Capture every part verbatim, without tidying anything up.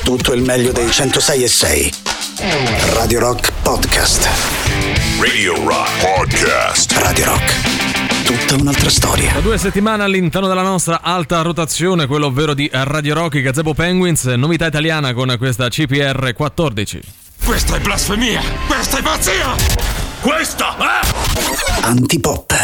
tutto il meglio dei centosei e sei. Radio Rock Podcast. Radio Rock Podcast. Radio Rock. Tutta un'altra storia. Da due settimane all'interno della nostra alta rotazione, quello ovvero di Radio Rock, i Gazebo Penguins, novità italiana con questa C P R quattordici. Questa è blasfemia! Questa è pazzia! Questa è... Antipop.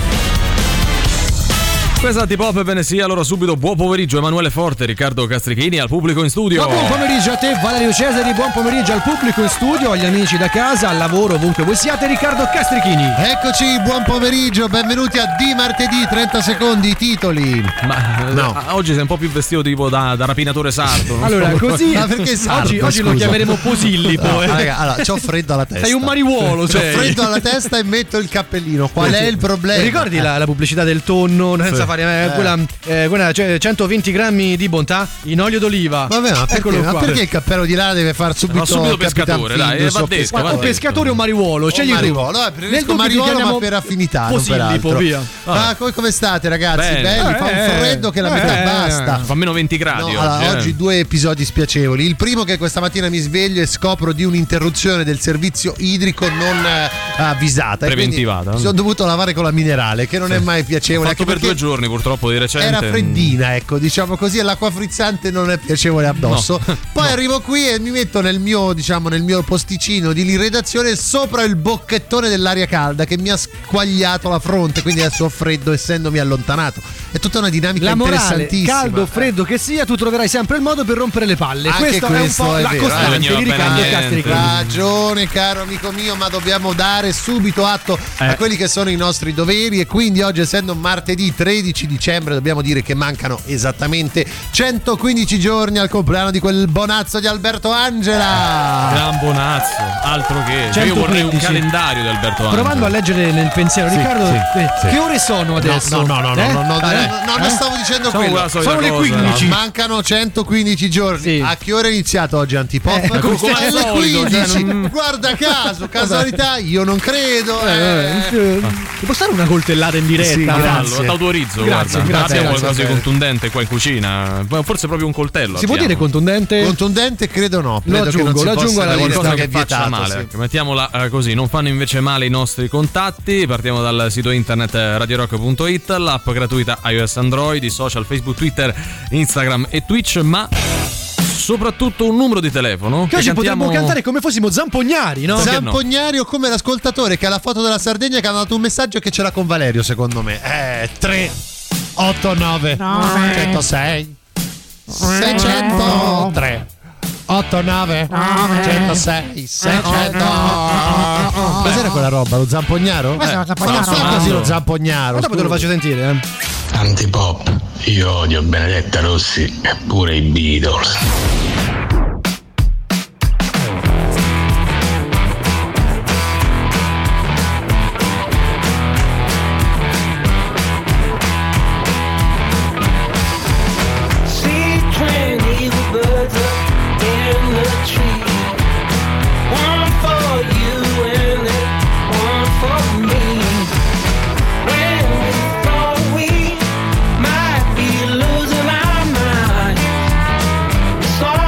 Questa Antipop ve ne sia, allora subito buon pomeriggio Emanuele Forte, Riccardo Castrichini al pubblico in studio. Ma buon pomeriggio a te Valerio Cesari, buon pomeriggio al pubblico in studio, agli amici da casa, al lavoro, ovunque voi siate, Riccardo Castrichini. Eccoci, buon pomeriggio, benvenuti a Di Martedì, trenta secondi, i titoli. Ma no. eh, oggi sei un po' più vestito tipo da, da rapinatore sardo. Non allora, so così Ma perché sardo, oggi, oggi lo chiameremo Posillipo. No, eh. raga, allora, c'ho freddo alla testa. Sei un mariuolo, C'ho sei. freddo alla testa e metto il cappellino. Qual è il problema? Ricordi la, la pubblicità del tonno senza Sì. fare eh, Eh. quella, eh, quella cioè, centoventi grammi di bontà in olio d'oliva. Vabbè, ma perché, Eccolo ma qua. perché il cappello di lana deve far subito, No, subito Capitan pescatore, dai, Findus va o detto, pescatore? va Un detto. pescatore o un mariuolo, scegli tu. Mariuolo, eh, Nel preferisco dubbio ti mariuolo ma chiamiamo per affinità, non per Posillipo, altro. via. Ah, come, come state ragazzi? Bene. Belli, fa un Eh, freddo che la eh, metà eh, basta. Fa meno venti gradi No, oggi. allora, eh. oggi due episodi spiacevoli. Il primo che questa mattina mi sveglio e scopro di un'interruzione del servizio idrico non eh, avvisata. E quindi Preventivata. mi sono dovuto lavare con la minerale, che non Sì. è mai piacevole. Ho fatto anche per due perché giorni purtroppo di recente. era freddina, ecco, diciamo così, e l'acqua frizzante non è piacevole addosso. No. Poi arrivo qui e mi metto nel mio, diciamo, nel mio posticino di redazione sopra il bocchettone dell'aria calda che mi ha squagliato la fronte, quindi adesso ho freddo essendomi allontanato. È tutta una dinamica La morale, interessantissima. caldo o freddo che sia, tu troverai sempre il modo per rompere le palle. Anche questo, questo è un po' è la vero, costante eh. di Veniva Riccardo bene Castrichini. Ragione, caro amico mio, ma dobbiamo dare subito atto Eh. a quelli che sono i nostri doveri, e quindi oggi, essendo martedì tredici dicembre, dobbiamo dire che mancano esattamente centoquindici giorni al compleanno di quel bonazzo di Alberto Angela. Gran bonazzo, altro che. Cioè, io vorrei un centoquindici. calendario di Alberto Angela. Provando a leggere nel pensiero, Sì, Riccardo, sì, eh, sì. che ore sono adesso? No, no, no, no, Eh? no, no, no, Eh? no, no, non Eh? stavo dicendo Sono quello. la solita Sono le cosa, quindici. Mancano centoquindici giorni. Sì. A che ora è iniziato oggi Antipop? Eh, come come al Alle solito, cioè, quindici. non- Guarda caso, casualità, io non credo. Eh, eh. eh, Ti posso dare una coltellata in diretta? Sì, Fallo, grazie. t'autorizzo, Grazie, guarda. grazie, Abbiamo grazie, qualcosa di bene. contundente qua in cucina. Forse proprio un coltello. Si può abbiamo. dire contundente? Contundente credo no. Credo aggiungo, che non si lo aggiungo possa alla dire, lista. Qualcosa che che è faccia vietato, male, sì. ecco. Mettiamola eh, così, non fanno invece male i nostri contatti. Partiamo dal sito internet eh, radiorock punto it, l'app gratuita iOS Android, i social Facebook, Twitter, Instagram e Twitch, ma soprattutto un numero di telefono. Che oggi cantiamo- potremmo cantare come fossimo zampognari, no? Perché no? Zampognari o come l'ascoltatore che ha la foto della Sardegna che ha dato un messaggio che ce l'ha con Valerio, secondo me. Eh, tre otto nove centosei seicentotre otto nove centosei seicento. Cos'era quella roba? Lo zampognaro? Questo è lo zampognaro. Ma non fa così lo zampognaro. Ma dopo te lo faccio sentire, eh. Antipop, io odio Benedetta Rossi e pure i Beatles. Might be losing our minds. So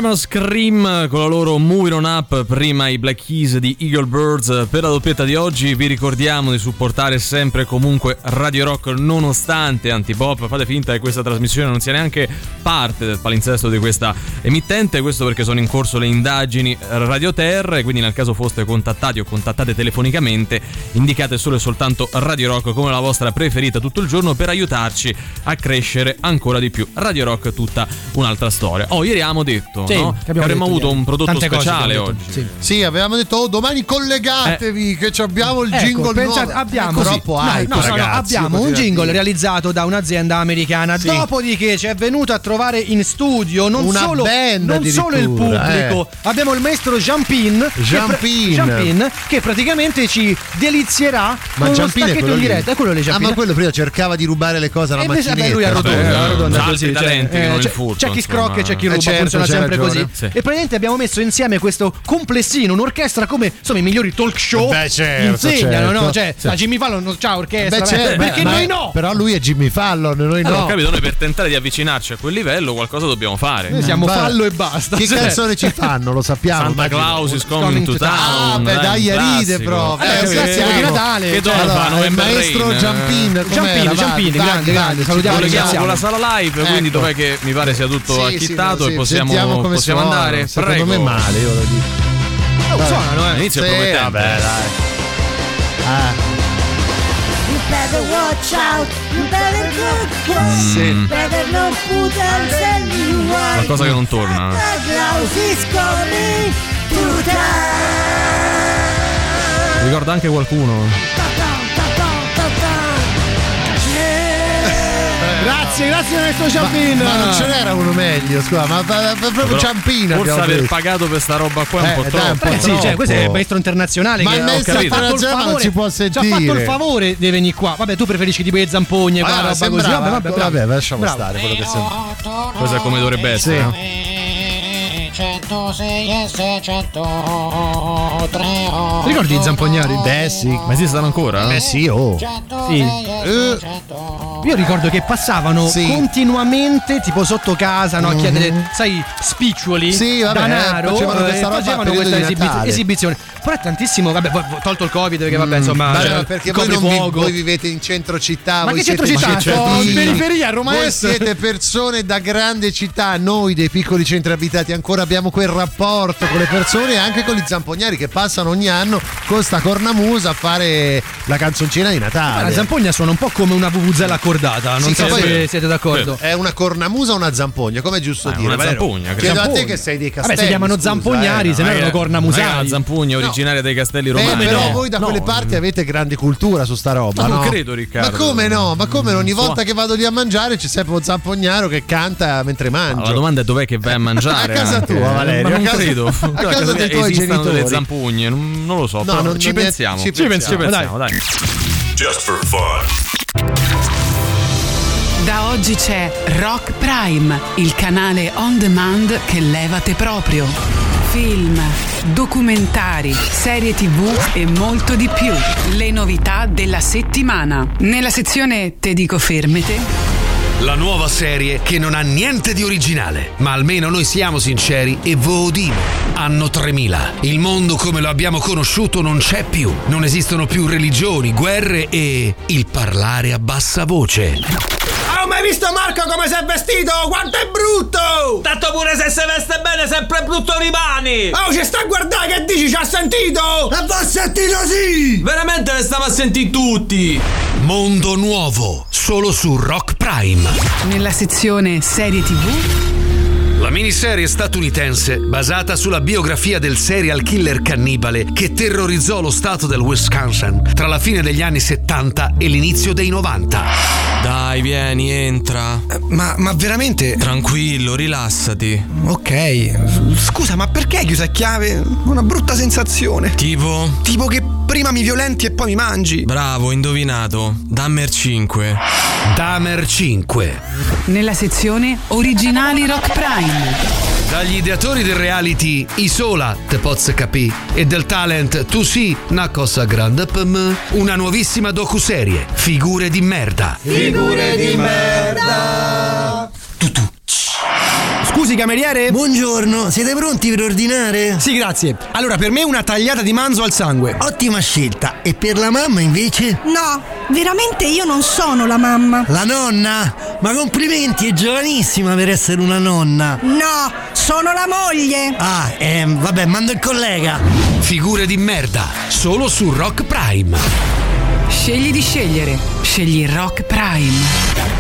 Erano Scream con la loro Moving On Up, prima i Black Keys di Eagle Birds. Per la doppietta di oggi vi ricordiamo di supportare sempre e comunque Radio Rock nonostante Antipop. Fate finta che questa trasmissione non sia neanche parte del palinsesto di questa emittente, questo perché sono in corso le indagini Radio Terra e quindi nel caso foste contattati o contattate telefonicamente indicate solo e soltanto Radio Rock come la vostra preferita tutto il giorno per aiutarci a crescere ancora di più. Radio Rock tutta un'altra storia. Oh, ieri abbiamo detto, sì, no? che Che avremmo detto avuto ieri. un prodotto Tante speciale cose oggi. sì. Sì, avevamo detto oh, domani collegatevi Eh. che abbiamo il Ecco, jingle pensate, nuovo. abbiamo È troppo sì, hype, no, no, no, ragazzi, abbiamo un potete jingle dire. realizzato da un'azienda americana. Sì. Dopodiché ci è venuto a trovare in studio non Una solo band non solo il addirittura, pubblico, abbiamo il maestro Jampin Jean che, Pin. Jean-Pin, che praticamente ci delizierà Ma con uno Jampin è stacchetto quello in lì. diretta. È quello lì, Ah, Jampin. ma quello prima cercava di rubare le cose alla E invece, macchinetta. vabbè, lui arrotonda, Vabbè, arrotonda altri così, cioè, talenti che non il c'è, furto, c'è chi insomma. scrocca e c'è chi Eh, ruba, certo, funziona c'hai sempre ragione. così. Sì. E praticamente abbiamo messo insieme questo complessino, un'orchestra come insomma i migliori talk show Beh, certo, insegnano, certo. no? Cioè, la Jimmy Fallon non c'ha orchestra, Beh, beh, certo, perché ma- noi no. Però lui è Jimmy Fallon, noi Allora, no. ho capito, noi per tentare di avvicinarci a quel livello qualcosa dobbiamo fare. Noi siamo Beh, fallo e basta. Che Cioè, canzone ci fanno? Lo sappiamo. Santa immagino. Claus is Coming coming to to town. town. Ah, beh, dai, un ride classico. proprio. Eh, Eh, un classico siamo- di Natale. Che Cioè, donna allora, fa? November il maestro Rain, Jumpin, eh. com'era? Jumpin, Vai, Jumpin, vai, grande, vai, grande, ci salutiamo, Colleghiamo ringraziamo. con la sala live, quindi Ecco. dov'è che mi pare sia tutto Sì, acchittato sì, e sì, possiamo, sentiamo come possiamo suona. andare. Secondo Prego. me male, io lo dico. Oh, suonano, eh. L'inizio Sì, è promettente. vabbè, dai. Ah, You better watch out, you better look close, sì. better not put else than you want. Qualcosa che non torna. Santa Claus is coming to town. Ricorda anche qualcuno. Ta-ta, ta-ta, ta-ta. Grazie, grazie maestro Ma, Jumpin. ma non ce n'era uno meglio, scusa, ma, ma- ma proprio Però Ciampina. Forse abbiamo aver preso. pagato per sta roba qua è un Eh, po' dai, troppo. un po' Eh sì, cioè, questo è il maestro internazionale Ma che il ho maestro capito. internazionale non si può Ci ha sentire. fatto il favore di venire qua. Vabbè, tu preferisci tipo le zampogne, quella Ah, roba sembrava, così. Vabbè, vabbè, bravo. vabbè, lasciamo Bravo. stare quello che sembra. Questo è come dovrebbe essere. no? centosei e seicentotre. Ti ricordi i zampognari? Beh, sì. Ma esistono ancora? Eh sì, oh. Sì. Io ricordo che passavano Sì. continuamente, tipo sotto casa, no? A chiedere, sai, spiccioli, Sì, vabbè, danaro, facevano questa eh, roba a facevano periodo questa di esibiz- Natale. esibizione. Però è tantissimo, vabbè, poi- tolto il Covid, perché vabbè, insomma, Vabbè, eh, ma perché il voi, non vi, coprifuoco. voi vivete in centro città. Ma voi che centro siete città? cittadini. Sto in periferia, a Roma Voi Est. siete persone da grande città, noi dei piccoli centri abitati ancora abbiamo quel rapporto con le persone e anche con gli zampognari che passano ogni anno con sta cornamusa a fare la canzoncina di Ma Natale. la zampogna suona un po' come una vuvuzela accordata, non Sì, so che se poi- siete d'accordo. È una cornamusa o una zampogna? Come è giusto Ah, dire? una Valerio? zampogna, credo. Chiedo a te Zampogna. che sei dei Vabbè, castelli. si chiamano scusa, zampognari, eh. se no Non è erano che- non è cornamusali. che la zampugna originaria dei castelli Eh, romani. però no. voi da No. quelle parti avete grande cultura su sta roba, Ma no? non credo, Riccardo. Ma come no? Ma come no? Ogni Suo- volta che vado lì a mangiare c'è sempre un zampognaro che canta mentre mangio. La domanda è dov'è che vai a mangiare? A casa anche. tua, Valerio, Ma non a casa- credo. a Credo casa che dei tuoi esistano delle genitori. zampugne, non, non lo so. No, però non- ci non è- pensiamo. ci Ci pensiamo, pensiamo, dai. Just for fun. Da oggi c'è Rock Prime, il canale on demand che levate proprio. Film, documentari, serie tivù e molto di più. Le novità della settimana. Nella sezione Te dico fermete. La nuova serie che non ha niente di originale, ma almeno noi siamo sinceri e vodimo. Anno tremila. Il mondo come lo abbiamo conosciuto non c'è più. Non esistono più religioni, guerre e il parlare a bassa voce. Hai mai visto Marco come si è vestito? Quanto è brutto! Tanto pure se si veste bene sempre brutto rimani! Oh, ci sta a guardare, che dici? Ci ha sentito? E va sentito sì! Veramente le stiamo a sentire tutti! Mondo nuovo, solo su Rock Prime. Nella sezione serie tivù. La miniserie statunitense basata sulla biografia del serial killer cannibale che terrorizzò lo stato del Wisconsin tra la fine degli anni settanta e l'inizio dei novanta. Dai, vieni, entra. Ma, ma veramente? Tranquillo, rilassati. Ok, scusa, ma perché hai chiuso a chiave? Una brutta sensazione. Tipo? Tipo che prima mi violenti e poi mi mangi. Bravo, indovinato. Dahmer cinque. Dahmer cinque. Nella sezione originali Rock Prime. Dagli ideatori del reality Isola te poz capì e del talent Tu sì, una cosa grande per me, una nuovissima docuserie Figure di merda. Figure di merda. Scusi cameriere? Buongiorno, siete pronti per ordinare? Sì, grazie. Allora, per me una tagliata di manzo al sangue. Ottima scelta. E per la mamma invece? No, veramente io non sono la mamma. La nonna? Ma complimenti, è giovanissima per essere una nonna. No, sono la moglie. Ah, ehm, vabbè, mando il collega. Figure di merda, solo su Rock Prime. Scegli di scegliere. Scegli Rock Prime.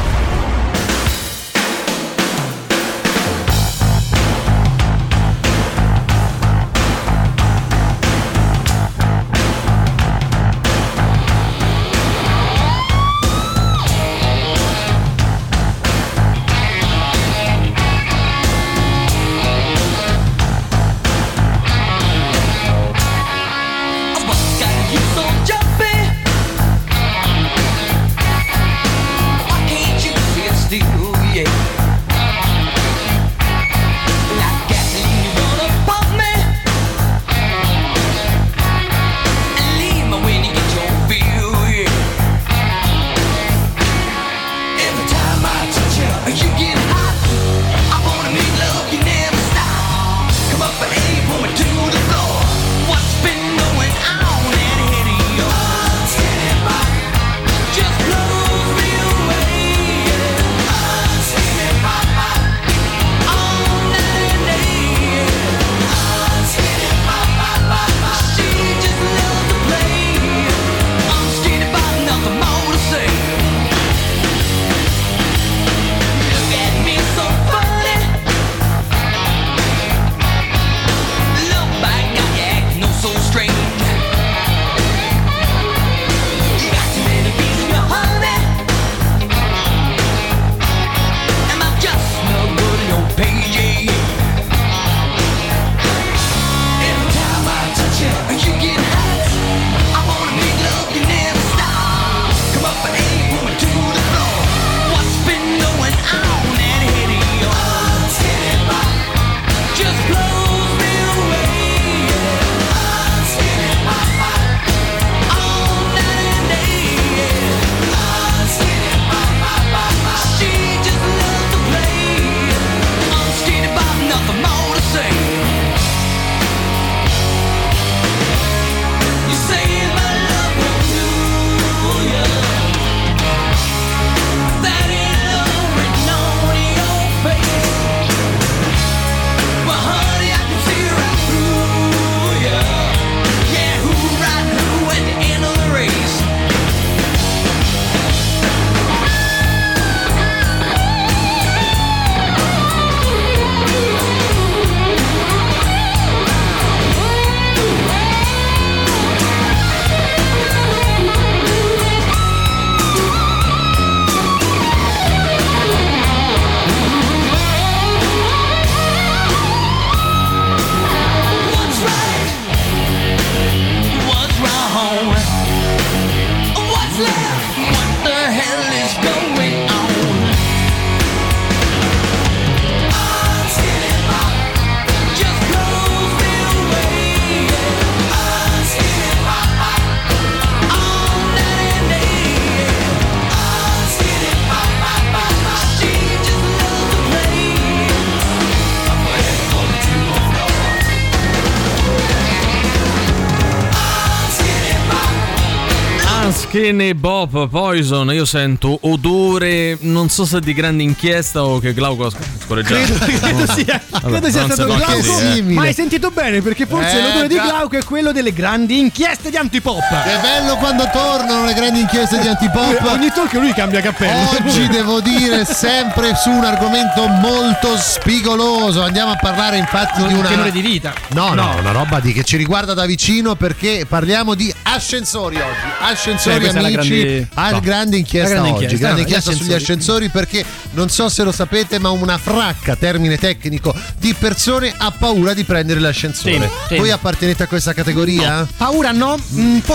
Skinny Bop Poison. Io sento odore, non so se di grande inchiesta o che Glauco ha scorreggiato. Credo, credo no. sia, Vabbè, credo sia stato Glauco, sì. ma hai sentito bene, perché forse Eh, l'odore di già. Glauco è quello delle grandi inchieste di Antipop. Che bello quando tornano le grandi inchieste di Antipop. Ogni talk lui cambia cappello. Oggi devo dire sempre su un argomento molto spigoloso. Andiamo a parlare infatti di una tenore di vita. No, no, una roba di che ci riguarda da vicino, perché parliamo di ascensori oggi. Ascensori, Eh, questa è la amici, grande- ah, no. grande inchiesta La grande oggi. inchiesta, grande no, gli inchiesta sugli ascensori. ascensori, perché non so se lo sapete, ma una fracca, termine tecnico, di persone ha paura di prendere l'ascensore. Sì, sì. Voi appartenete a questa categoria? Paura no, un po',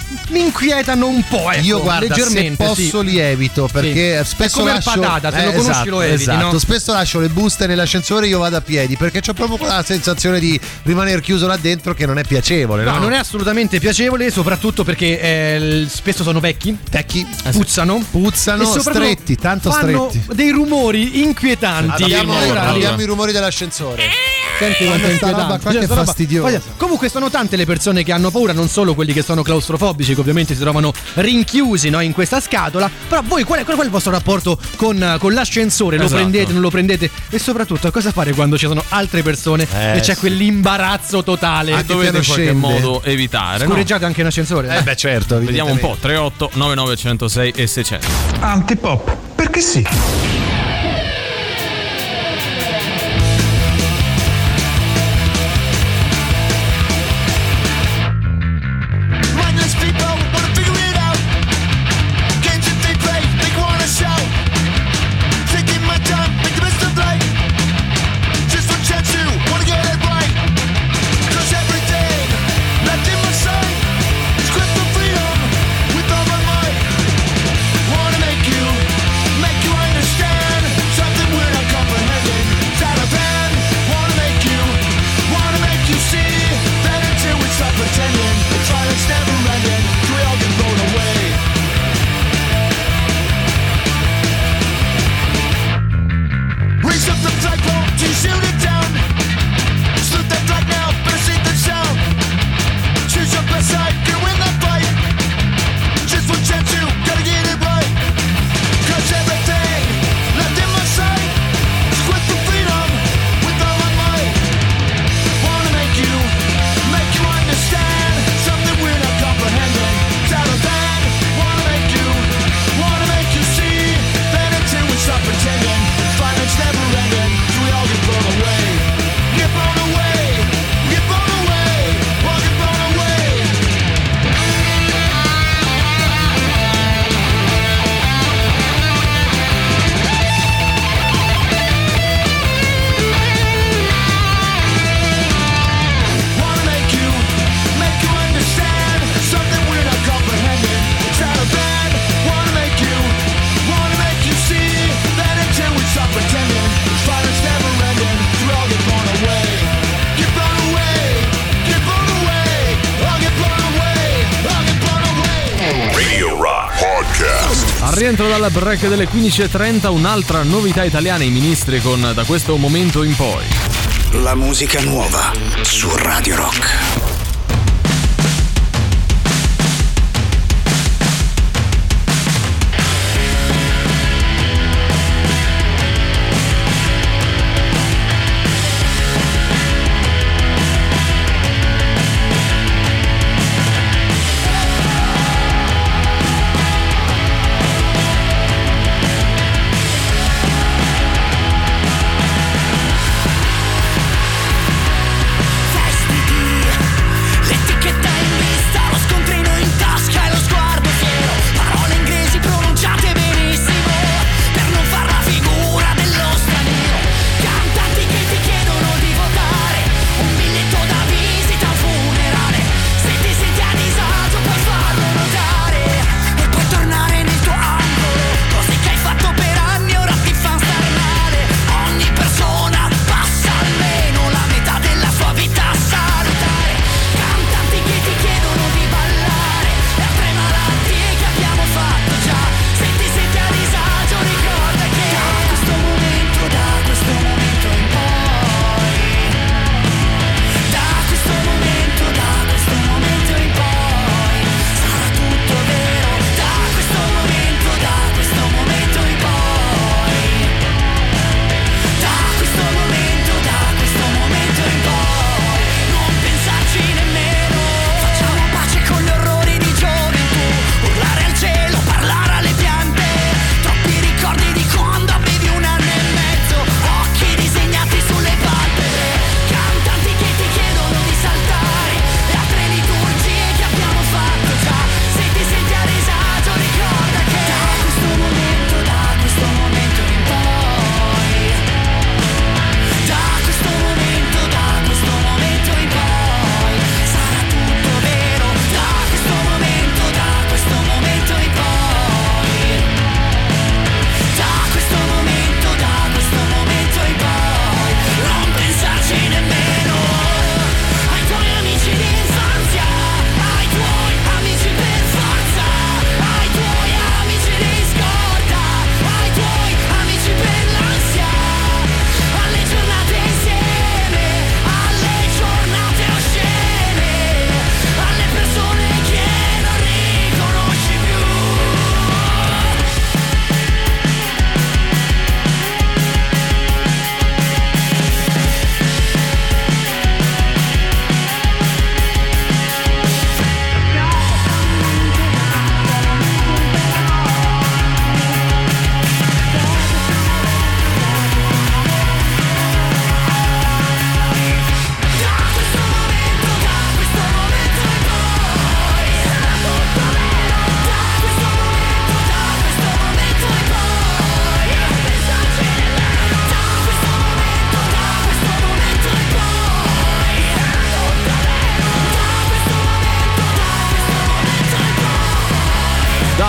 mi inquietano un po', ecco, io guarda, leggermente, se posso sì. li evito perché Sì. spesso È come lascio il patata, se eh, lo conosci esatto, lo eviti, esatto. no? Spesso lascio le buste nell'ascensore e io vado a piedi perché c'ho proprio quella sensazione di rimanere chiuso là dentro che non è piacevole, no? No, non è assolutamente piacevole, soprattutto perché eh, spesso sono vecchi, vecchi, puzzano, puzzano, e soprattutto stretti, tanto fanno stretti. dei rumori inquietanti. Abbiamo, Allora, abbiamo i rumori dell'ascensore. Senti quanto è Questa roba inquietante. qua che Cioè, è sta roba- fastidiosa. Voglio- Comunque sono tante le persone che hanno paura, non solo quelli che sono claustrofobici, che ovviamente si trovano rinchiusi, no, in questa scatola. Però voi qual è, qual è il vostro rapporto con, con l'ascensore? Lo Esatto. prendete, non lo prendete? E soprattutto cosa fare quando ci sono altre persone Eh, e c'è sì. quell'imbarazzo totale? Ah, Che dovete in qualche scende. modo evitare, no? Scorreggiate anche in ascensore? Eh beh, certo, Vediamo un po', evidentemente. tre otto nove nove uno zero sei e seicento. Antipop, perché sì? Mindless people wanna figure it out. Games that they play, they wanna shout. Taking my time, make the best of life. Just one chance to wanna get it right. Cause everything left in my sight is grip for freedom with all my might. Wanna make you, make you understand something we're not comprehending. Taliban, wanna make you, wanna make you see that until we stop pretending, violence never ending, we all get blown away. Raise up the flagpole to shoot it down. Salute that flag now, better see the sound. Choose your best side, you win the fight. Just one chance to, gotta get it right. Cause everything left in my sight is quit for freedom with all my might. Wanna make you, make you understand something we're not comprehending. Taliban, wanna make you, wanna make you see that until we stop pretending, violence never ending, so we all get blown away. Get blown away, get blown away, all get blown away. Wanna make you, make you understand something we're not comprehending. Taliban, wanna make you, wanna make you see that until we stop pretending, violence never ending, we all get blown away. Get blown away, get blown away, all get blown away, all get blown away. Radio Rock Podcast. Al rientro dal break delle quindici e trenta, un'altra novità italiana, i ministri con Da questo momento in poi. La musica nuova su Radio Rock. Fastidi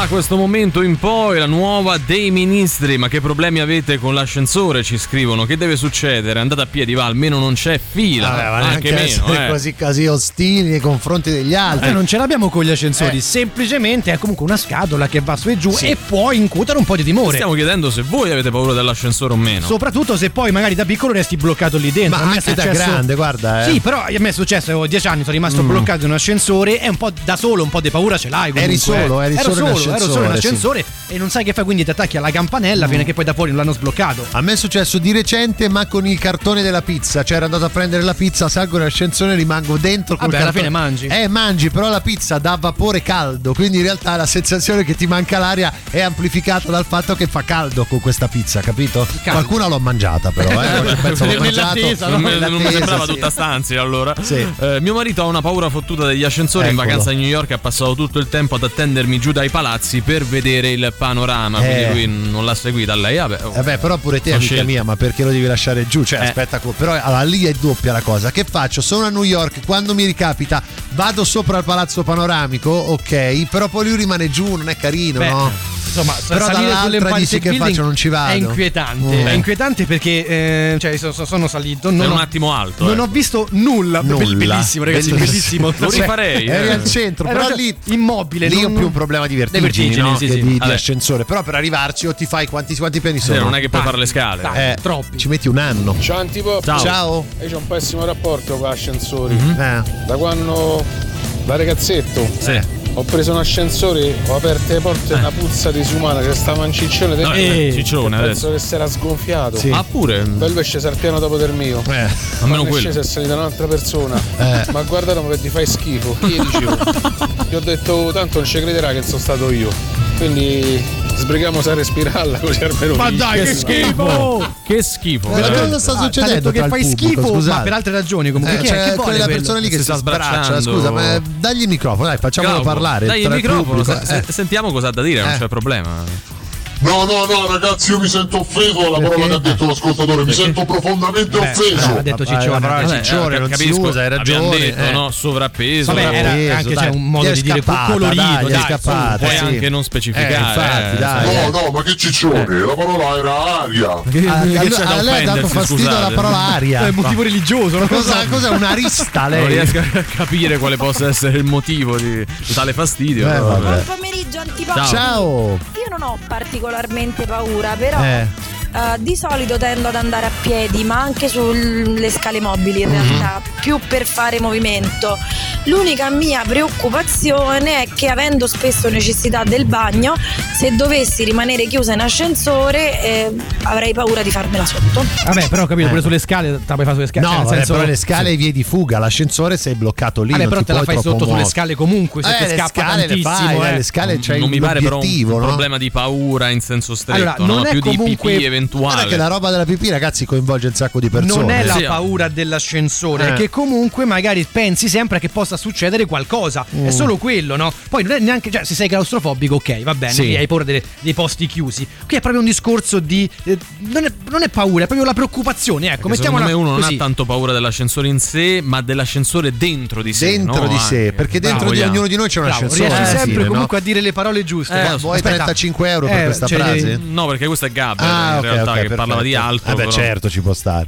questo momento in poi la nuova dei ministri. Ma che problemi avete con l'ascensore? Ci scrivono. Che deve succedere? Andate a piedi, va, almeno non c'è fila. Vabbè, ma anche neanche meno, eh. così, così ostili nei confronti degli altri. Eh, non ce l'abbiamo con gli ascensori, Eh. semplicemente è comunque una scatola che va su e giù Sì. e può incutere un po' di timore. Stiamo chiedendo se voi avete paura dell'ascensore o meno. Soprattutto se poi magari da piccolo resti bloccato lì dentro. Ma A me è anche da successo- grande, guarda, eh. Sì, però a me è successo, avevo dieci anni, sono rimasto Mm. bloccato in un ascensore e un po' da solo, un po' di paura ce l'hai comunque. Eri solo, eh. eri ero solo in solo, ero solo in ascensore, ascensore e non sai che fai, quindi ti attacchi alla campanella Mm. fino a che poi da fuori non l'hanno sbloccato. A me è successo di recente, ma con il cartone della pizza. Cioè, ero andato a prendere la pizza, salgo in ascensore e rimango dentro col Vabbè, alla cartone. fine mangi. Eh, mangi, però la pizza dà vapore caldo. Quindi in realtà la sensazione che ti manca l'aria è amplificata dal fatto che fa caldo con questa pizza, capito? Qualcuna l'ho mangiata, però, eh. Qualche pezzo l'ho mangiato. Nell'attesa, non, me- non mi Nell'attesa, sembrava sì. tutta stanzia allora. Sì. Eh, mio marito ha una paura fottuta degli ascensori. Eccolo. In vacanza a New York ha passato tutto il tempo ad attendermi giù dai palazzi per vedere il panorama. Eh. Quindi lui non l'ha seguita lei. Vabbè, oh. Vabbè, però pure te, Ho amica scelto. mia, ma perché lo devi lasciare giù? Cioè, Eh. aspetta, co- però allora, lì è doppia la cosa. Che faccio? Sono a New York, quando mi ricapita, vado sopra il palazzo panoramico, ok, però poi lui rimane giù, non è carino, Beh, no? Insomma, Però salire dall'altra sull'Empire dici State che Building faccio, non ci vado. È inquietante, Mm. è inquietante perché eh, cioè, so- so- sono salito. Non È ho, un attimo alto. non ecco. ho visto nulla. Nulla. Bellissimo, ragazzi, bellissimo. Lo rifarei. Eri eh. al centro, Ero però già lì immobile. lì non- ho più un problema di vertigini, Dei vertigini, no? sì, che sì. di, di Vabbè. ascensore. Però per arrivarci o ti fai quanti, quanti piani Sì, sono? non è che puoi Tanti, fare le scale. tanti. Eh, troppi. Ci metti un anno. Ciao Antipo. Ciao. Ciao. Io ho un pessimo rapporto con gli ascensori. Eh. Da quando da ragazzetto Sì. ho preso un ascensore, ho aperto le porte e una puzza disumana che stava in ciccione No, dentro. eh, ciccione Penso adesso. che si era sgonfiato. Sì. Ah, pure. Poi lui è sceso al piano dopo del mio. Eh. Almeno Quando è quello. sceso è salita un'altra persona. Eh. Ma guarda che ti fai schifo. Io dicevo. Gli ho detto tanto non ci crederà che sono stato io. Quindi sbrighiamo a respirarla così almeno. Ma finisce. dai, che schifo! Che schifo. Ma veramente. cosa sta Ah, t'ha succedendo? detto che tra il fai pubblico, schifo, scusate? ma per altre ragioni comunque. Eh, Chi è? c'è Chi vuole quella quello? persona lì che Si si, sta sbraccia. sbracciando. Scusa, ma dagli il microfono, dai, facciamolo Galbo, parlare. dai il tra microfono, pubblico. se- Eh. se- sentiamo cosa ha da dire, non Eh. c'è problema. No, no, no, ragazzi, io mi sento offeso dalla parola che ha detto l'ascoltatore, mi sento profondamente Beh, offeso. ha detto Vabbè, Ciccione. la parola Vabbè, ciccione eh, non si capisco, usa, hai abbiamo ragione. detto, eh. no, sovrappeso. Vabbè, era Sovrappeso, anche dai. c'è un modo Ti è di dire scappata, colorito, dai, è dai, scappata, puoi sì. anche non specificare. Eh, infatti, eh, dai. No, no, ma che ciccione, la parola era aria. Ah, Che a, c'è da a lei ha dato offendersi, fastidio scusate. la parola aria. È motivo religioso, no? Cosa, cos'è un'arista Non lei? riesco a capire quale possa essere il motivo di, di tale fastidio. Eh, però vabbè. vabbè. Buon pomeriggio antipatico. Ciao. Ciao. Io non ho particolarmente paura, però Eh. eh, di solito tendo ad andare a piedi, ma anche sulle scale mobili in realtà, più per fare movimento. L'unica mia preoccupazione è che, avendo spesso necessità del bagno, se dovessi rimanere chiusa in ascensore eh, avrei paura di farmela sotto. Vabbè, però ho capito, Eh. pure sulle scale te la puoi fare sulle scale. No, cioè, nel vabbè, senso, però le scale vie di fuga, l'ascensore sei bloccato lì. Vabbè, non però ti te la puoi fai troppo sotto sulle muovere. scale comunque, se Eh, ti le scappa scale le tantissimo. fai, eh. le scale c'hai non mi pare però un, l'obiettivo, un no? problema di paura in senso stretto, Allora, no? non è più comunque- di pipì eventuale. Guarda che la roba della pipì, ragazzi, coinvolge un sacco di persone. Non è la Sì. paura dell'ascensore, Eh. è che comunque magari pensi sempre che possa succedere qualcosa. Mm. È solo quello, no? Poi non è neanche, cioè, se sei claustrofobico, ok, va bene, Sì. lì hai paura delle- dei posti chiusi. Qui è proprio un discorso di. eh, non, è, non è paura, è proprio la preoccupazione. Ecco, Perché secondo mettiamola me uno non così. ha tanto paura dell'ascensore in sé, ma dell'ascensore dentro di sé. Dentro no? di sé, Anche. perché Bravo, dentro di vogliamo. ognuno di noi c'è un Bravo, ascensore. riesci alla sempre fine, comunque no? a dire le parole giuste. Eh, Ma- lo so. Vuoi aspetta. trentacinque euro per Eh, questa cioè, frase? No, perché questo è Gabriel Ah, in ok, realtà ok, che parlava di perfetto. altro. Vabbè, però. certo, ci può stare.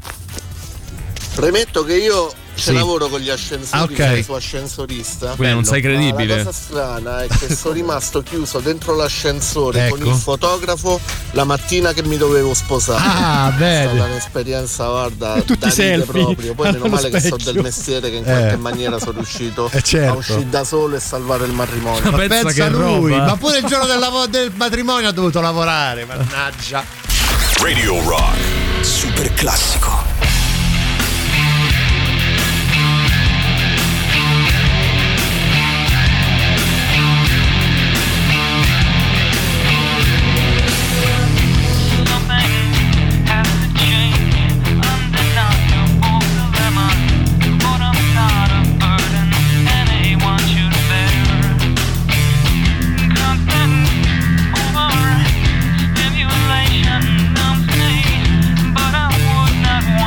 Premetto che io ci Sì. lavoro con gli ascensori, Ah, ok. sono su ascensorista. Quindi non sei Ma credibile. la cosa strana è che sono rimasto chiuso dentro l'ascensore con Ecco. il fotografo la mattina che mi dovevo sposare. Ah, È bene. stata un'esperienza, guarda, Tutti da ridere selfie proprio. Poi meno allo male che so specchio. del mestiere che in qualche Eh. maniera sono riuscito Eh, certo. a uscire da solo e salvare il matrimonio. Ma Ma pensa pensa che lui, roba. ma pure il giorno del, lavo- del matrimonio ha dovuto lavorare, mannaggia. Radio Rock, super classico. Stimulation numbs me, but I would not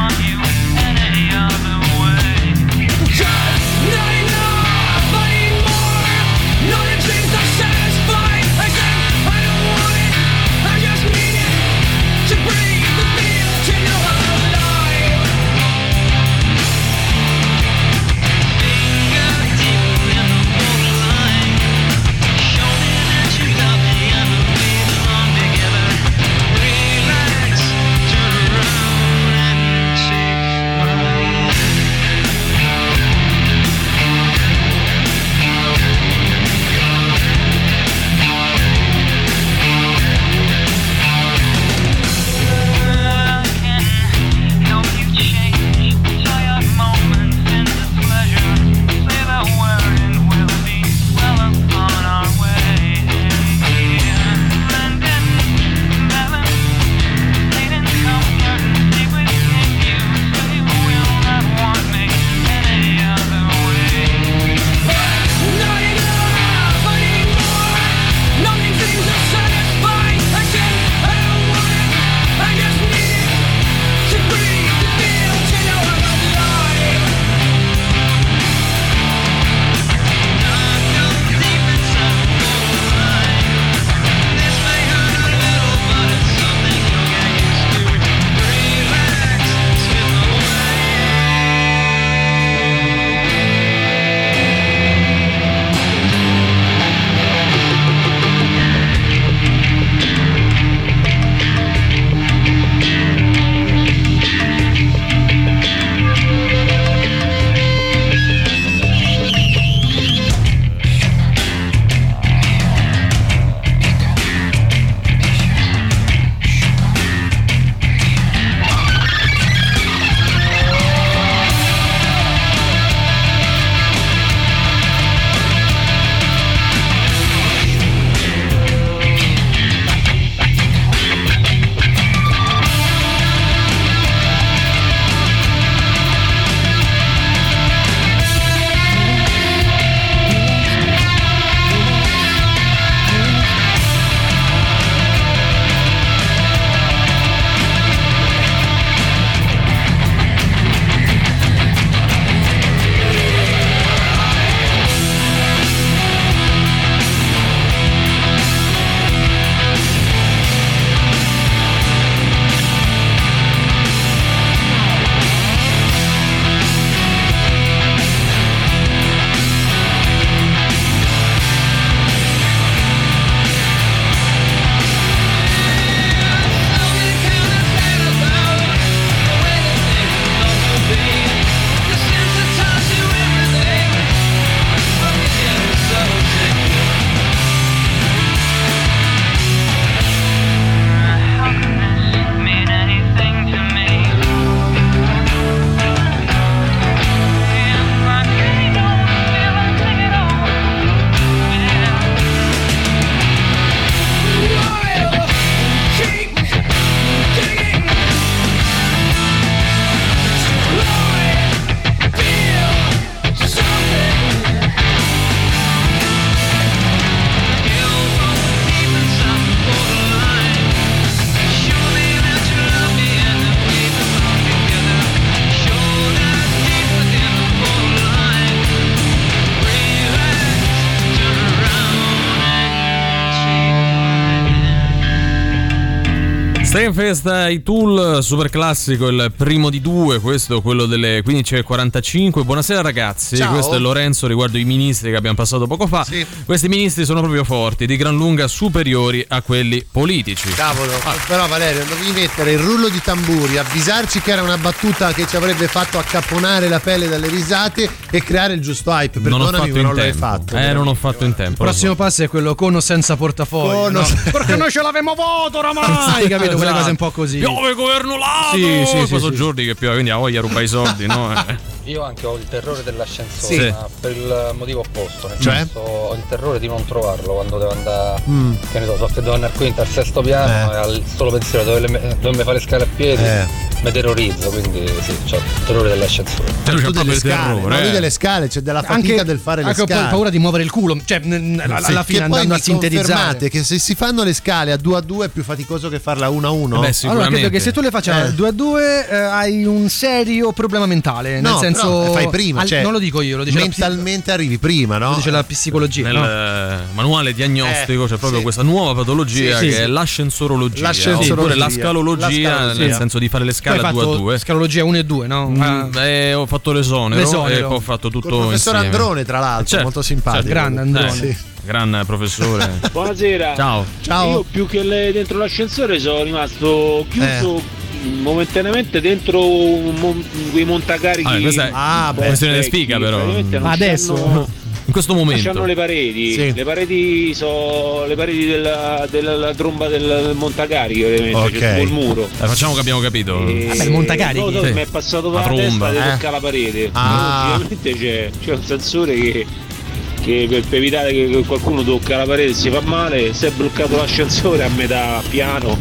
Stenfest, i Tool, super classico, il primo di due, questo quello delle quindici e quarantacinque. Buonasera ragazzi. Ciao. Questo è Lorenzo riguardo i ministri che abbiamo passato poco fa. Sì. Questi ministri sono proprio forti, di gran lunga superiori a quelli politici. Cavolo, ah. Però Valerio, dovevi mettere il rullo di tamburi, avvisarci che era una battuta che ci avrebbe fatto accapponare la pelle dalle risate e creare il giusto hype. Non ho Perdonami, fatto ma non in l'hai tempo. fatto. Eh, non ho fatto in tempo. Il prossimo passo è quello con o senza portafoglio. Con o no? se- Perché noi ce l'avevamo voto oramai, capito? Quelle cose un po' così. Piove governo lato! Sì, sì, sì, Poi sono sì. giorni che piove, quindi a voglia ruba i soldi, no? Eh. Io anche ho il terrore dell'ascensore, Sì. ma per il motivo opposto, nel Cioè? senso ho il terrore di non trovarlo quando devo andare, Mm. che ne so, so che devo andare al quinto, al sesto piano Eh. e al solo pensiero dove dovermi fare le scale a piedi Eh. mi terrorizzo, quindi sì, ho il terrore dell'ascensore. Cioè, lui c'ha Tu proprio delle il scale, terrore, ma lui eh. delle scale, c'è della fatica Anche, del fare le anche ho scale. poi paura di muovere il culo, cioè n- alla, Sì, alla che fine poi andando mi a sintetizzare. confermate che se si fanno le scale a due a due è più faticoso che farla a uno a uno? Eh beh, Allora sicuramente. credo che se tu le faccia Eh. due a due eh, hai un serio problema mentale, nel No, senso però fai prima, al- cioè, non lo dico io, lo dice la, psi- mentalmente arrivi prima, no? lo dice la psicologia, Nel no? eh, manuale diagnostico Eh, c'è proprio sì. questa nuova patologia Sì, che sì, è sì. l'ascensorologia, L'ascensorologia. oppure la scalologia, La scalologia. nel senso di fare le Tu scale hai a due a fatto due. scalologia uno e due, no? Mm, Ah, eh, ho fatto l'esonero, L'esonero. e poi ho fatto tutto Col professor insieme. Androne, tra l'altro, Certo, molto simpatico. certo. grande Androne. Eh, sì. Gran professore. Buonasera. Ciao. Ciao. Io più che le- dentro l'ascensore sono rimasto chiuso momentaneamente dentro un mon- quei montacarichi. Ah, questa è Ah, beh, questione di vecchi, spiga però. praticamente non Ma adesso? c'hanno- In questo non momento. c'hanno le pareti. Sì. Le pareti sono le pareti della, della, della tromba del montacarichi, ovviamente. Ok. C'è tipo il muro. Eh, facciamo che abbiamo capito. E- Vabbè, il montacarichi. non lo so, Sì. mi è passato La per la tromba, testa di eh. toccare la parete. Ah. Logicamente c'è, c'è un sensore che, che per, per evitare che qualcuno tocca la parete e si fa male, si è bloccato l'ascensore a metà piano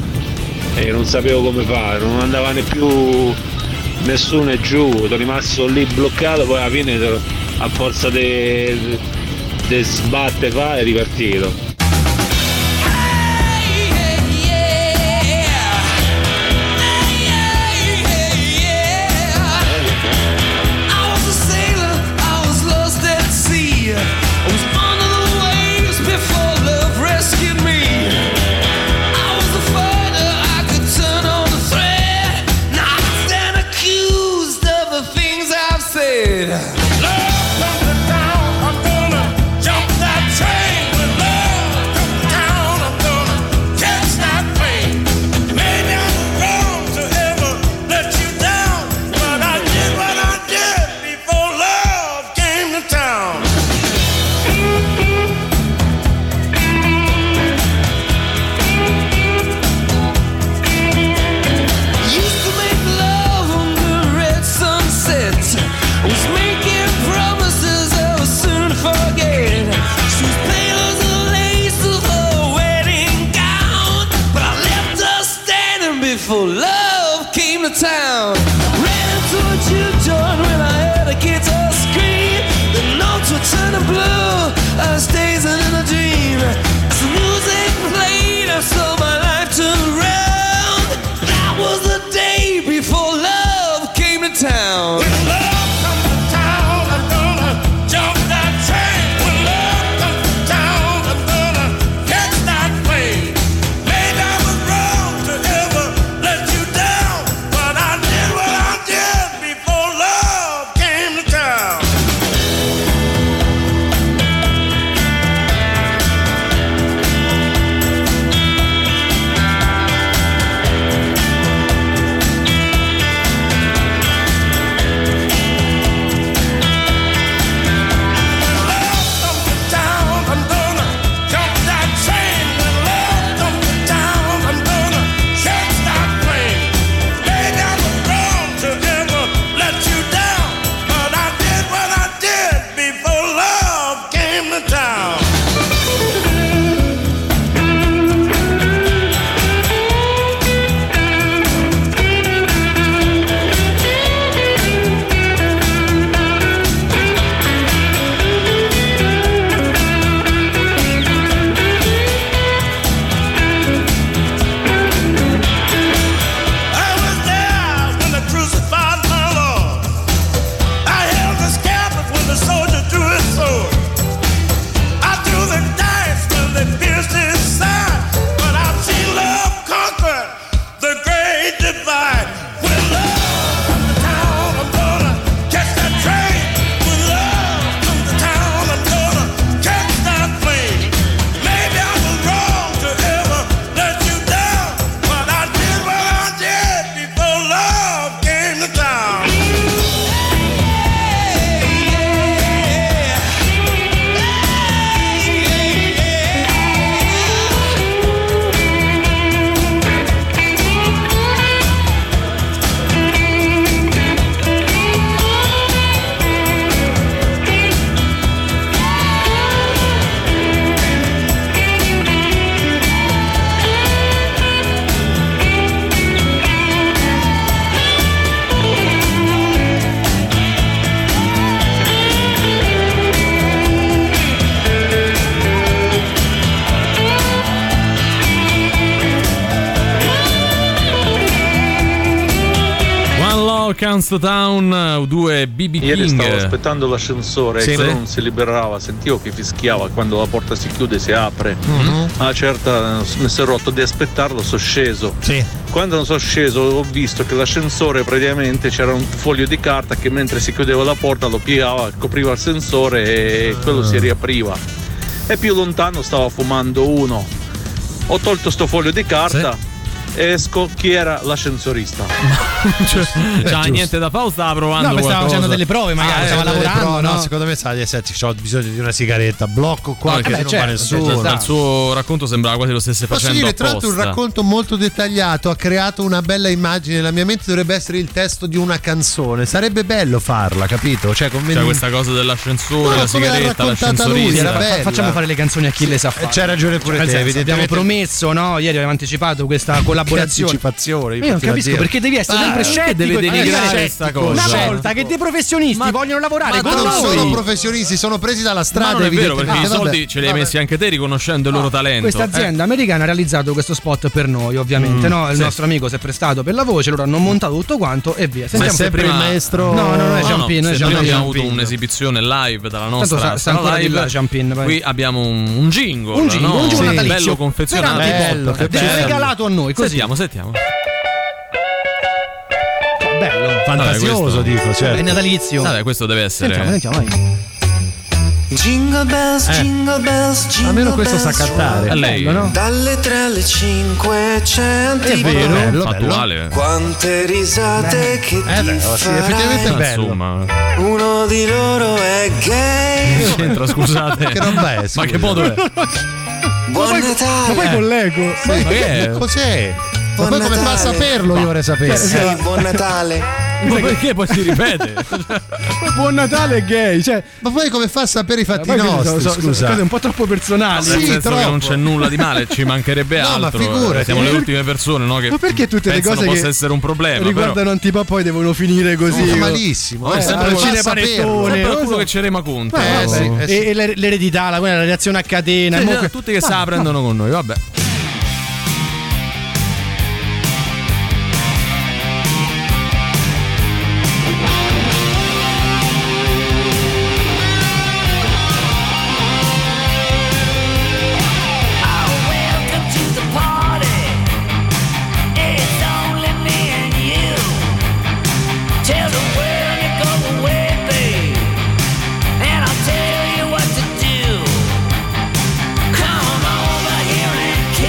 e non sapevo come fare, non andava né più nessuno è giù, sono rimasto lì bloccato, poi alla fine a forza di sbatte fa è ripartito. Love, I'm gonna jump that train with love. Dance to Town, due B B Ieri King. stavo aspettando l'ascensore Sì. e quello non si liberava, sentivo che fischiava quando la porta si chiude e si apre. Mhm. A una certa mi si è rotto di aspettarlo, sono sceso. Sì. Quando non sono sceso ho visto che l'ascensore praticamente c'era un foglio di carta che mentre si chiudeva la porta lo piegava, copriva il sensore e quello si riapriva. E più lontano stava fumando uno. Ho tolto sto foglio di carta. Esco, chi era l'ascensorista? cioè, cioè niente da fare o stava provando No, ma stava qualcosa? facendo delle prove, magari Ah, stava eh, delle lavorando, prove, no? no, secondo me sa di senti, ho bisogno di una sigaretta, blocco qua, No, che perché non certo, va nessuno. cioè, dal suo racconto sembrava quasi lo stesse Posso facendo dire, tra l'altro, un apposta. racconto molto dettagliato, ha creato una bella immagine. La mia mente dovrebbe essere il testo di una canzone. Sarebbe bello farla, capito? Cioè, con Cioè questa cosa dell'ascensore, No, la come l'ha sigaretta, raccontata lui, l'ascensorista. era bella. Facciamo fare le canzoni a chi le sa fare. Eh, c'hai ragione pure Nel te, senso, abbiamo evidentemente. promesso, no? Ieri avevamo anticipato questa collaborazione. anticipazione, Io non capisco perché devi essere Ah, sempre che scettico. deve e denigrare dire, questa scettico. cosa. Una volta che dei professionisti vogliono lavorare Ma con non noi. sono professionisti, sono presi dalla Ma strada. non è vero, evidentemente. perché i Ah, vabbè. soldi ce li hai messi anche te riconoscendo il loro talento. Questa azienda americana ha realizzato questo spot per noi, ovviamente. Mm, no? Il sì. nostro amico si è prestato per la voce, loro hanno montato tutto quanto e via. Ma è sempre il maestro. No, no, no, è no, Giampino. no, è se Giampino. noi abbiamo avuto un'esibizione live dalla Tanto nostra sta- sta sala ancora di live. là, Giampin, poi. Qui abbiamo un, un jingle, Un jingle, no? un jingle Sì. natalizio. Bello confezionato. Per Antipop. Bello, che Ci ha bello. regalato a noi, così. Sentiamo, sentiamo. Bello. Fantasioso, Vabbè, questo- dico, certo. È natalizio. Vabbè, questo deve essere. Sentiamo, sentiamo, vai. Jingle bells, jingle bells, jingle Almeno questo sa bells cantare. A lei. Bello, no? Dalle tre alle cinque c'è È vero, bello, Attuale. Quante risate che Eh beh, ti sì, effettivamente è farai. bello. Insomma. Uno di loro è gay. Che c'entra, scusate. Che roba è, Ma scusa? che modo è? Buon Natale. Ma poi collego. Ma Ma che è? cos'è? Ma Buon poi come fa a Natale. saperlo? Io vorrei sapere. Sì, buon Natale. Ma perché poi si ripete? Buon Natale è gay, cioè. Ma poi come fa a sapere i fatti Poi sono- nostri? sono- sono Scusa. cose un po' troppo personali. Nel Sì, senso troppo. che non c'è nulla di male, ci mancherebbe No, ma altro. figurati. Eh, Siamo le ultime persone, no? Che Ma perché tutte le pensano cose possa che essere un problema. riguardano però. Antipop poi devono finire così? No, oh. malissimo. Ma è Eh, sempre come quel fa a saperlo? cinepanettone, Sempre non qualcuno so. che ci rema conto. Eh, Eh, no? sì, eh, sì. E, e l'er- l'eredità, la, quella, la reazione a catena. Sì, e mo que- tutti che se la Vabbè, prendono con noi, vabbè. Welcome to the party. It's only me and you. Tell the world to go away, babe, and I'll tell you what to do. Come over here and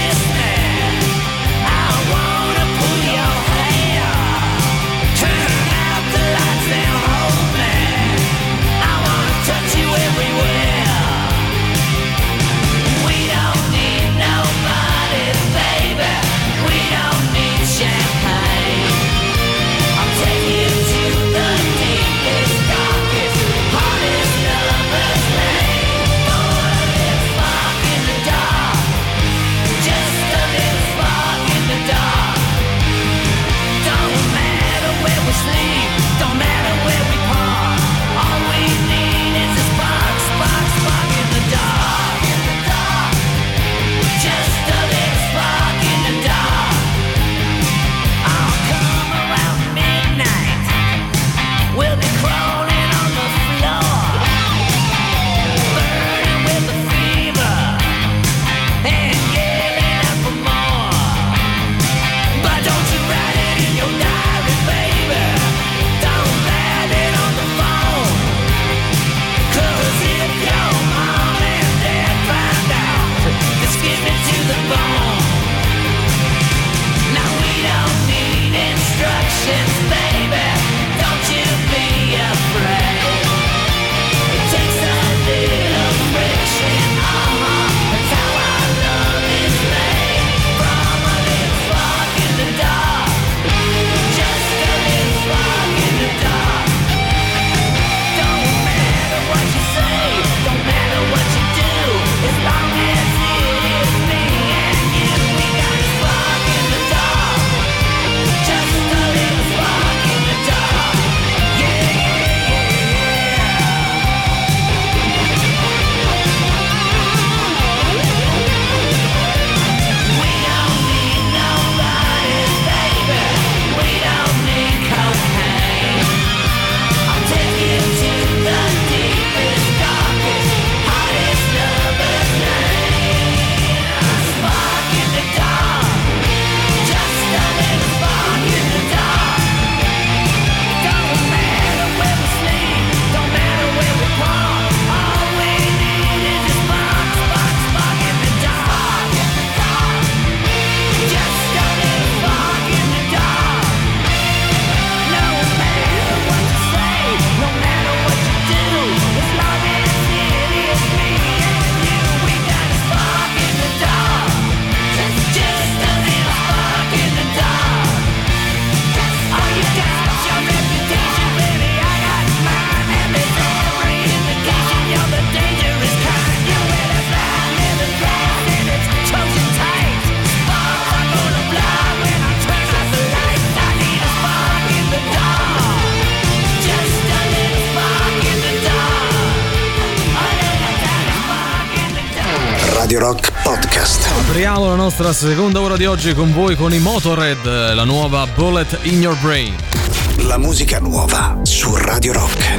Radio Rock Podcast. Apriamo la nostra seconda ora di oggi con voi con i Motorhead, la nuova Bullet in Your Brain. La musica nuova su Radio Rock.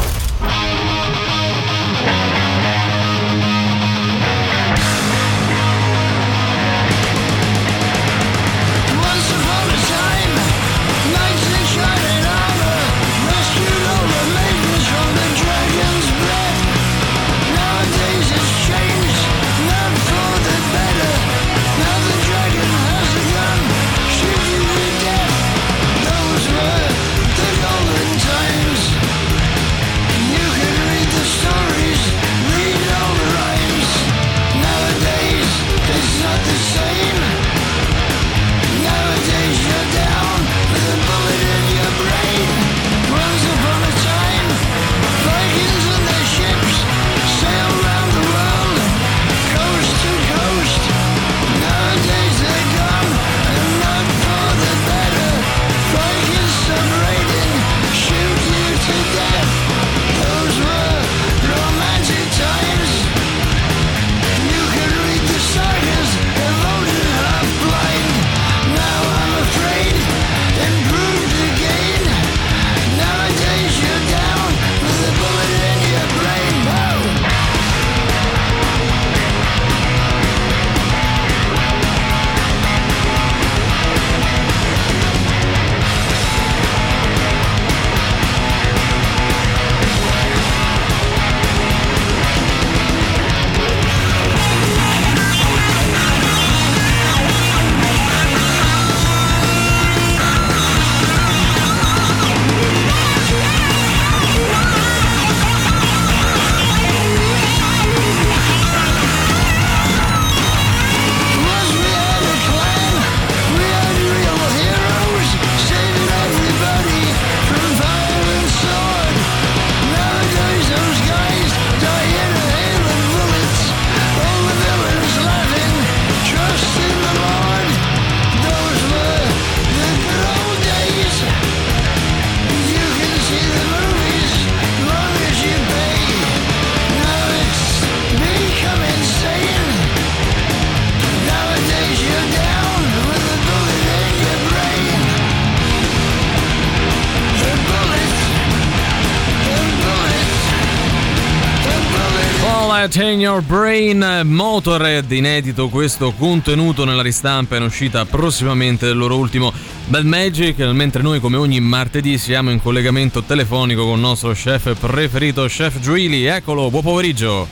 In Your Brain, Motorhead, inedito questo contenuto nella ristampa in uscita prossimamente del loro ultimo Bad Magic, mentre noi come ogni martedì siamo in collegamento telefonico con il nostro chef preferito, Chef Giuili. Eccolo, buon pomeriggio.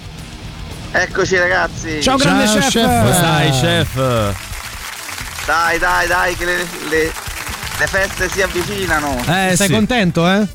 Eccoci ragazzi. Ciao grande Ciao, chef. chef. Come stai chef? Dai dai dai che le, le, le feste si avvicinano. Eh, sei sì. contento, eh?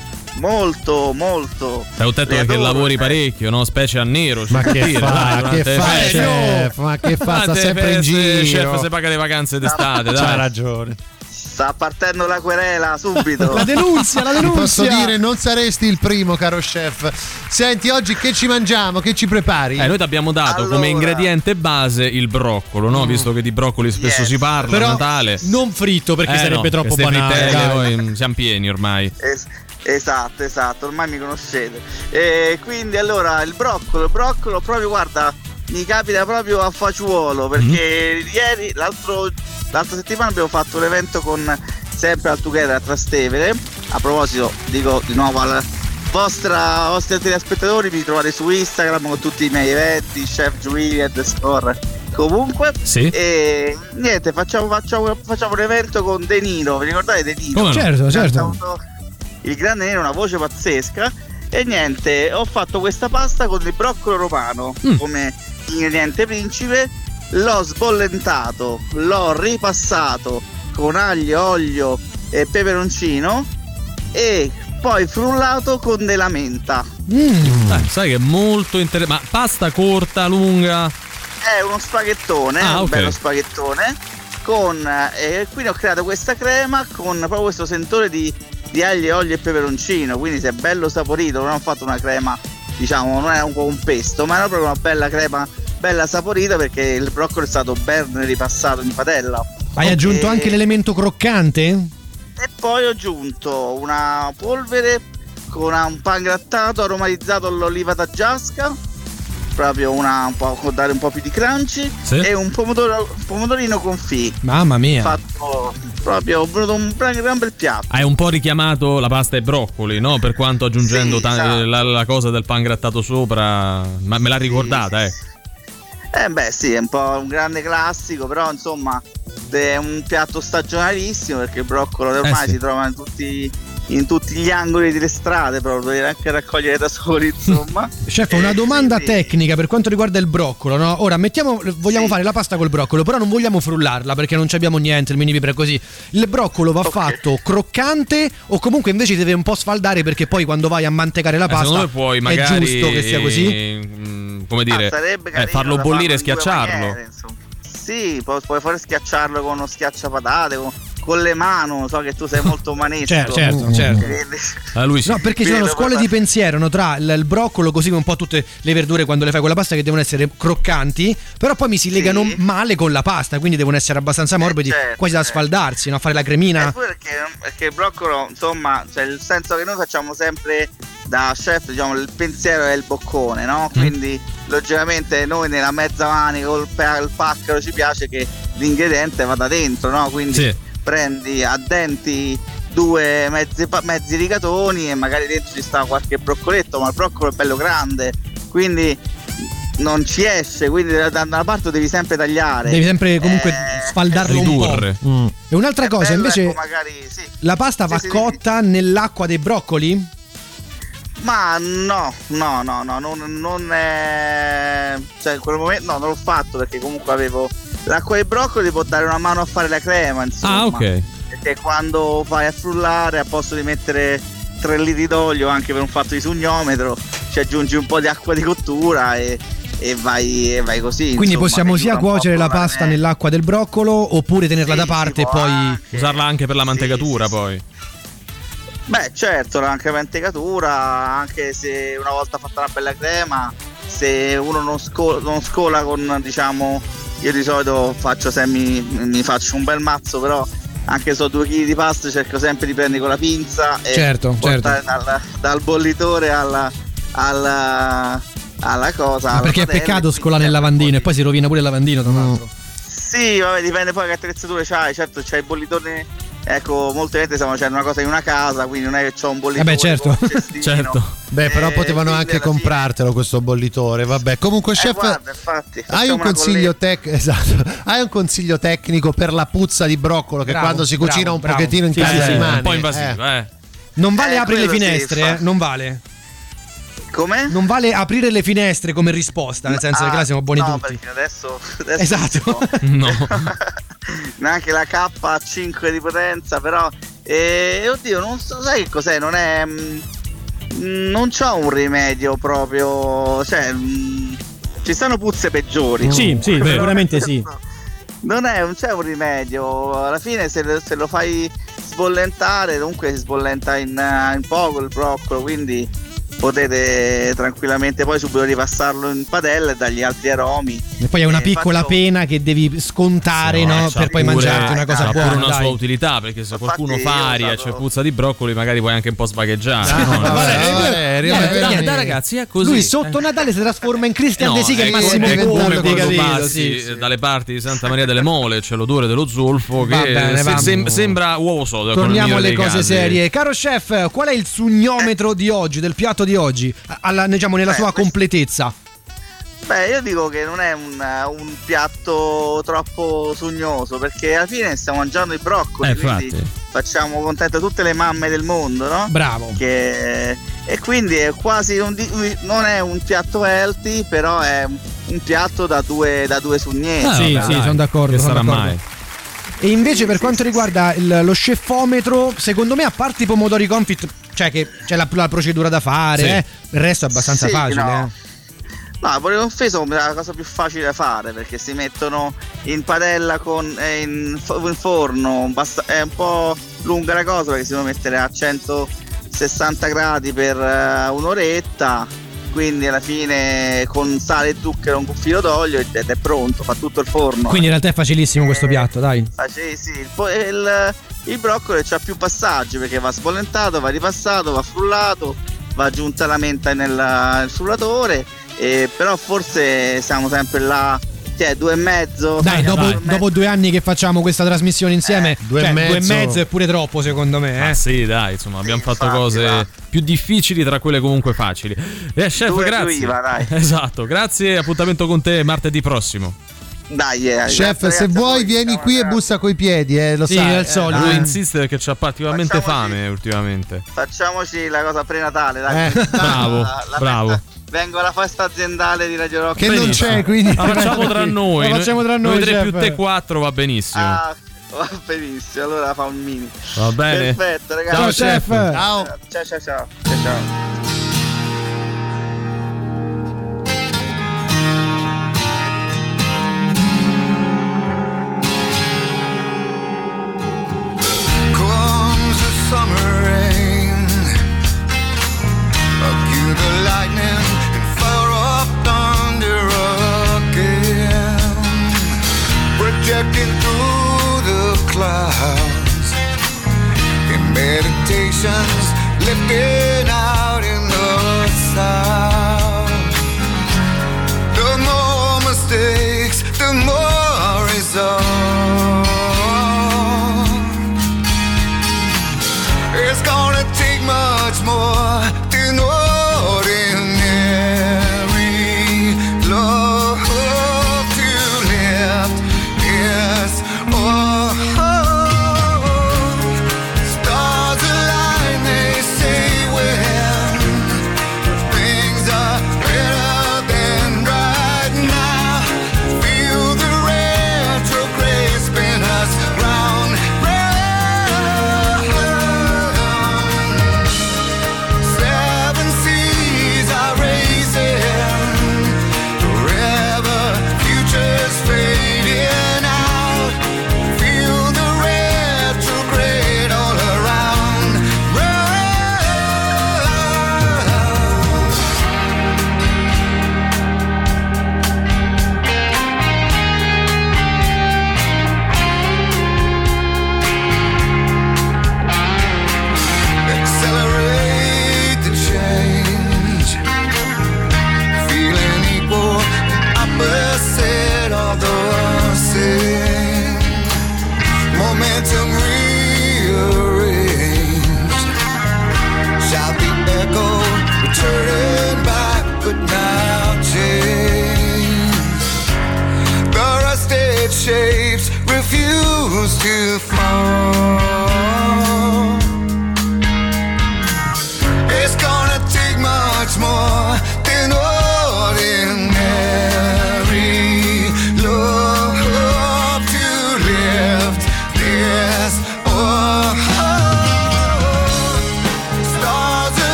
Molto, molto. Hai detto Le che adoro, lavori eh. parecchio, no? Specie a nero. Ma cioè, che dire, fa? dai, Che durante le fa, feste. chef? Ma che fa? Sta Durante le sempre in feste, giro. Chef, se paga le vacanze d'estate, dai. C'ha ragione. Sta partendo la querela subito. La denunzia, la Ti denunzia. posso dire, non saresti il primo, caro chef. Senti, oggi che ci mangiamo? Che ci prepari? Eh, noi ti abbiamo dato Allora. come ingrediente base il broccolo, no? Visto che di broccoli spesso Yes. si parla Però a Natale. non fritto perché Eh, sarebbe no, troppo queste banale. frittelle, dai. noi siamo pieni ormai. Es- esatto, esatto, ormai mi conoscete. E quindi allora il broccolo, il broccolo proprio guarda, mi capita proprio a fagiolo perché Mhm. ieri, l'altro, l'altra settimana abbiamo fatto un evento con sempre al Together a Trastevere. A proposito, dico di nuovo alla vostra vostri telespettatori, mi trovate su Instagram con tutti i miei eventi, Chef Giuili e The Score. Comunque, Sì. e niente, facciamo, facciamo, facciamo un evento con De Niro. Vi ricordate De Niro? Come no? Certo, certo. Ha avuto il grande Nero, una voce pazzesca. E niente, ho fatto questa pasta con il broccolo romano Mm. come ingrediente principe. L'ho sbollentato, l'ho ripassato con aglio, olio e peperoncino e poi frullato con della menta. Mm. Eh, sai che è molto interessante. Ma pasta corta, lunga? È uno spaghettone, Ah, un ok. bello spaghettone. Con, e quindi ho creato questa crema con proprio questo sentore di, di aglio, olio e peperoncino. Quindi si è bello saporito. Non ho fatto una crema, diciamo, non era un po' un pesto, ma era proprio una bella crema, bella saporita perché il broccolo è stato ben ripassato in padella. Hai aggiunto E- anche l'elemento croccante? E poi ho aggiunto una polvere con un pangrattato aromatizzato all'oliva taggiasca proprio una un po' dare un po' più di crunchy, sì. e un pomodoro, un pomodorino confit. Mamma mia. Fatto proprio un gran bel piatto. Hai un po' richiamato la pasta e broccoli, no? Per quanto aggiungendo Sì, ta- esatto. la, la cosa del pan grattato sopra, ma me l'ha ricordata, eh. Eh beh sì, è un po' un grande classico, però insomma è un piatto stagionalissimo, perché il broccolo ormai Eh sì. si trova in tutti, in tutti gli angoli delle strade, proprio lo devi anche raccogliere da soli, insomma. Chef, una domanda tecnica per quanto riguarda il broccolo, no? Ora mettiamo, vogliamo fare la pasta col broccolo, però non vogliamo frullarla perché non abbiamo niente, il mini vibre così. Il broccolo va fatto croccante o comunque invece deve un po' sfaldare, perché poi quando vai a mantecare la Eh, pasta secondo me puoi magari, è giusto che sia così? mm, come dire, Ah, sarebbe eh, carino farlo da bollire e farlo in due schiacciarlo. maniere, insomma. Sì, pu- puoi fare schiacciarlo con uno schiacciapatate, con, con le mani, so che tu sei molto manesco. Certo, certo, certo. Quindi- Ah, lui sì. No, perché ci Quindi sono lo scuole puoi di fare- pensiero, no, tra il, il broccolo, così come un po' tutte le verdure quando le fai con la pasta, che devono essere croccanti, però poi mi si legano male con la pasta, quindi devono essere abbastanza morbidi, certo, quasi da sfaldarsi, no? Fare la cremina. Eh, pure perché, perché il broccolo, insomma, cioè il senso che noi facciamo sempre da chef, diciamo, il pensiero è il boccone, no? Quindi logicamente noi nella mezza manica col pa- il pacchero ci piace che l'ingrediente vada dentro, no? Quindi Sì. prendi a denti due mezzi, pa- mezzi rigatoni e magari dentro ci sta qualche broccoletto, ma il broccolo è bello grande, quindi non ci esce, quindi da da una parte devi sempre tagliare. Devi sempre comunque Eh, sfaldarlo ridurre. un po'. E un'altra è cosa, bello, invece, ecco, magari, sì. la pasta va Sì, sì, cotta nell'acqua dei broccoli? Ma no, no, no, no, non, non è... Cioè in quel momento no, non l'ho fatto perché comunque avevo... L'acqua dei broccoli può dare una mano a fare la crema, insomma. Ah, ok. Perché quando vai a frullare, a posto di mettere tre litri d'olio anche per un fatto di sugnometro, ci aggiungi un po' di acqua di cottura e, e, vai, e vai così. Quindi insomma, possiamo che sia dura un po' cuocere la a pasta frullare. nell'acqua del broccolo oppure tenerla Sì, da parte si e può poi anche. Usarla anche per la mantecatura, poi. Beh certo, anche la mantecatura, anche se una volta fatta una bella crema, se uno non scola, non scola con, diciamo, io di solito faccio se mi, mi faccio un bel mazzo, però anche se ho due chili di pasta cerco sempre di prendere con la pinza e Certo, portare dal, dal bollitore alla, alla, alla cosa. Ma alla perché è padella, peccato e scolare il lavandino e poi si rovina pure il lavandino, tra l'altro. sì, vabbè, dipende poi che attrezzature c'hai, certo c'hai il bollitore. Ecco, molte volte stiamo facendo una cosa in una casa, quindi non è che c'ho un bollitore. Vabbè, certo. con un cestino. Certo. Beh, però Eh, potevano quindi anche alla fine- comprartelo questo bollitore. Vabbè, comunque, Eh, chef, guarda, infatti, hai facciamo un una consiglio tec- esatto. Hai un consiglio tecnico per la puzza di broccolo che Bravo, quando si cucina bravo, un bravo. pochettino in Sì, casa sì, si sì, rimane. Un po' invasivo, eh. Non vale Eh, aprire le quello sì, finestre, eh? infatti. Non vale. Come? Non vale aprire le finestre come risposta, nel senso Ah, che là siamo buoni no, tutti. perché adesso, adesso Esatto. No. neanche la K ha cinque di potenza, però eh, oddio, non so, sai che cos'è? Non è mm, non c'ho un rimedio proprio, cioè mm, ci stanno puzze peggiori. Sì, comunque, sì, però sicuramente sì. Non è, non c'è un rimedio. Alla fine se, se lo fai sbollentare, comunque si sbollenta in, in poco il broccolo, quindi potete tranquillamente poi subito ripassarlo in padella e dargli altri aromi. E poi è una Eh, piccola faccio- pena che devi scontare, no? c'ha Per poi pure- mangiarti una cosa c'ha buona. pure una dai. sua utilità, perché se qualcuno Infatti fa io ho aria e usato- c'è puzza di broccoli, magari puoi anche un po' svagheggiare. Ah, no? vabbè, Eh, Valerio, eh, Valerio. dai, dai, ragazzi, è così. Lui sotto Natale si trasforma in Christian No, De Sica e è- Massimo è come Conti, quando capito? passi Sì, sì. dalle parti di Santa Maria delle Mole c'è l'odore dello zolfo che Va bene, se- vamo. sem- sembra uovo sodo. con il Torniamo migliore alle dei cose casi. serie. Caro chef, qual è il sugnometro di oggi, del piatto di oggi? Alla, diciamo, nella Eh, sua questo- completezza. Beh, io dico che non è un, un piatto troppo sugnoso, perché alla fine stiamo mangiando i broccoli, Eh, quindi infatti. facciamo contento tutte le mamme del mondo, no? Bravo. Che- e quindi è quasi un di- non è un piatto healthy, però è un piatto da due, da due sugneti. Ah, sì, vabbè, sì, dai, sono d'accordo. Che sono sarà d'accordo. mai? E invece Sì, per sì, quanto sì, riguarda il- lo scefometro, secondo me a parte i pomodori confit, cioè che c'è la, la procedura da fare, Sì. eh, il resto è abbastanza Sì, facile. no. eh. No, pure confesso è la cosa più facile da fare, perché si mettono in padella con, eh, in, fo- in forno, basta- è un po' lunga la cosa perché si deve mettere a centosessanta gradi per eh, un'oretta, quindi alla fine con sale e zucchero, un filo d'olio ed è pronto, fa tutto il forno. Quindi in realtà è facilissimo questo Eh, piatto, dai. Ah, sì, sì, il, po- il, il broccoli c'ha più passaggi perché va sbollentato, va ripassato, va frullato, va aggiunta la menta nel, nel frullatore E, però forse siamo sempre là, cioè due e mezzo. Dai, dopo, due dopo due anni che facciamo questa trasmissione insieme, Eh, due e cioè, mezzo. due e mezzo è pure troppo secondo me. Ah Eh. sì, dai, insomma, abbiamo fatto infatti, cose va. più difficili tra quelle comunque facili. Eh, chef, Due più grazie. IVA, dai. Esatto, grazie, appuntamento con te martedì prossimo. Dai, eh, Chef, grazie, se ragazzi, a vuoi voi, vieni ciao, qui e ragazzi. bussa coi piedi, eh, lo Sì, sai. è il solito. Lui Eh, insiste perché c'ha particolarmente Facciamoci- fame ultimamente. Facciamoci la cosa prenatale, dai. Eh, Bravo, La- la bravo. festa- vengo alla festa aziendale di Radio Rock. Che non Benissimo. c'è, quindi La facciamo tra noi. La facciamo tra noi, tre chef. più te quattro va benissimo. Ah, va benissimo, allora fa un mini. Va bene. Perfetto, ragazzi. Ciao, chef. chef. Ciao. Ciao, ciao, ciao. Ciao, ciao. Comes the summer rain, I'll cue the lightning and fire up thunder again, projecting through the clouds in meditations, lifting out in the sound. The more mistakes, the more results. It's gonna take much more than ordinary love to lift this off. Stars align, they say we're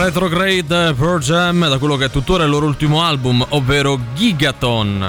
Retrograde Pearl Jam da quello che è tuttora il loro ultimo album, ovvero Gigaton.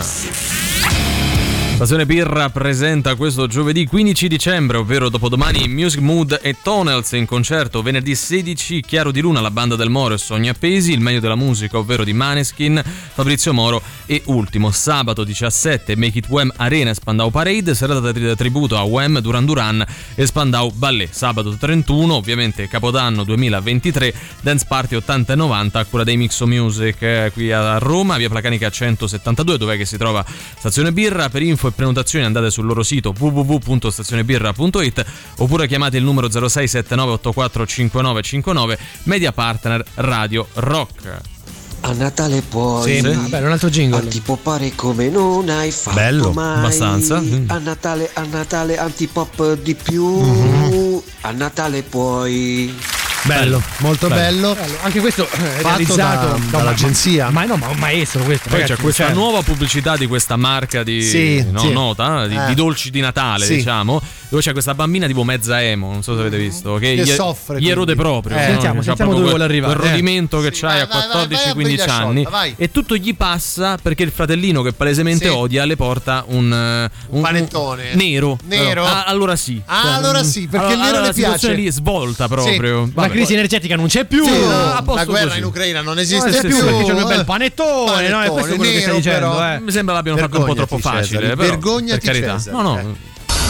Stazione Birra presenta questo giovedì quindici dicembre, ovvero dopodomani, Music Mood e Tonels in concerto. Venerdì sedici, Chiaro di Luna, la banda del Moro e Sogni Appesi, il meglio della musica, ovvero di Maneskin, Fabrizio Moro. E ultimo, sabato diciassette, Make It Wham Arena e Spandau Parade, serata di tributo a Wham, Duran Duran e Spandau Ballet. Sabato trentuno, ovviamente Capodanno duemilaventitré, Dance Party ottanta e novanta a cura dei Mixo Music, eh, qui a Roma, via Placanica centosettantadue, dov'è che si trova Stazione Birra. Per info e prenotazioni andate sul loro sito w w w punto stazionebirra punto it oppure chiamate il numero zero sei sette nove otto quattro cinque nove cinque nove. Media partner Radio Rock. A Natale puoi sì, bello, un altro jingle. Antipopare come non hai fatto bello, mai. Abbastanza. A Natale, a Natale antipop di più. Mm-hmm. A Natale puoi. Bello, molto bello. bello. Anche questo è fatto realizzato da, da dall'agenzia. Ma, ma no, ma un maestro questo. Poi ragazzi, c'è questa cioè. nuova pubblicità di questa marca di sì, no, sì. nota di, eh. di dolci di Natale, sì. diciamo, dove c'è questa bambina tipo mezza emo, non so se avete visto, che, che gli, soffre, gli erode proprio. Eh. No? Sentiamo, C'ha sentiamo proprio dove quel, vuole arrivare. quel rodimento eh. che sì, c'hai vai, a quattordici quindici anni vai. E tutto gli passa perché il fratellino che palesemente sì. odia le porta un, un, un panettone nero. Nero? Ah, allora sì. Ah, cioè, allora sì, perché allora, il nero allora le la situazione piace. lì svolta proprio. Sì. La crisi energetica non c'è più. Sì, no, no, a posto la guerra così. in Ucraina non esiste non più. più perché c'è un bel panettone, panettone no? E questo è quello nero, che stai dicendo, però. eh. Mi sembra l'abbiano fatto un po' troppo Vergognati, facile. Cesare, Però, vergognati, per carità. Cesare. No, no. Eh.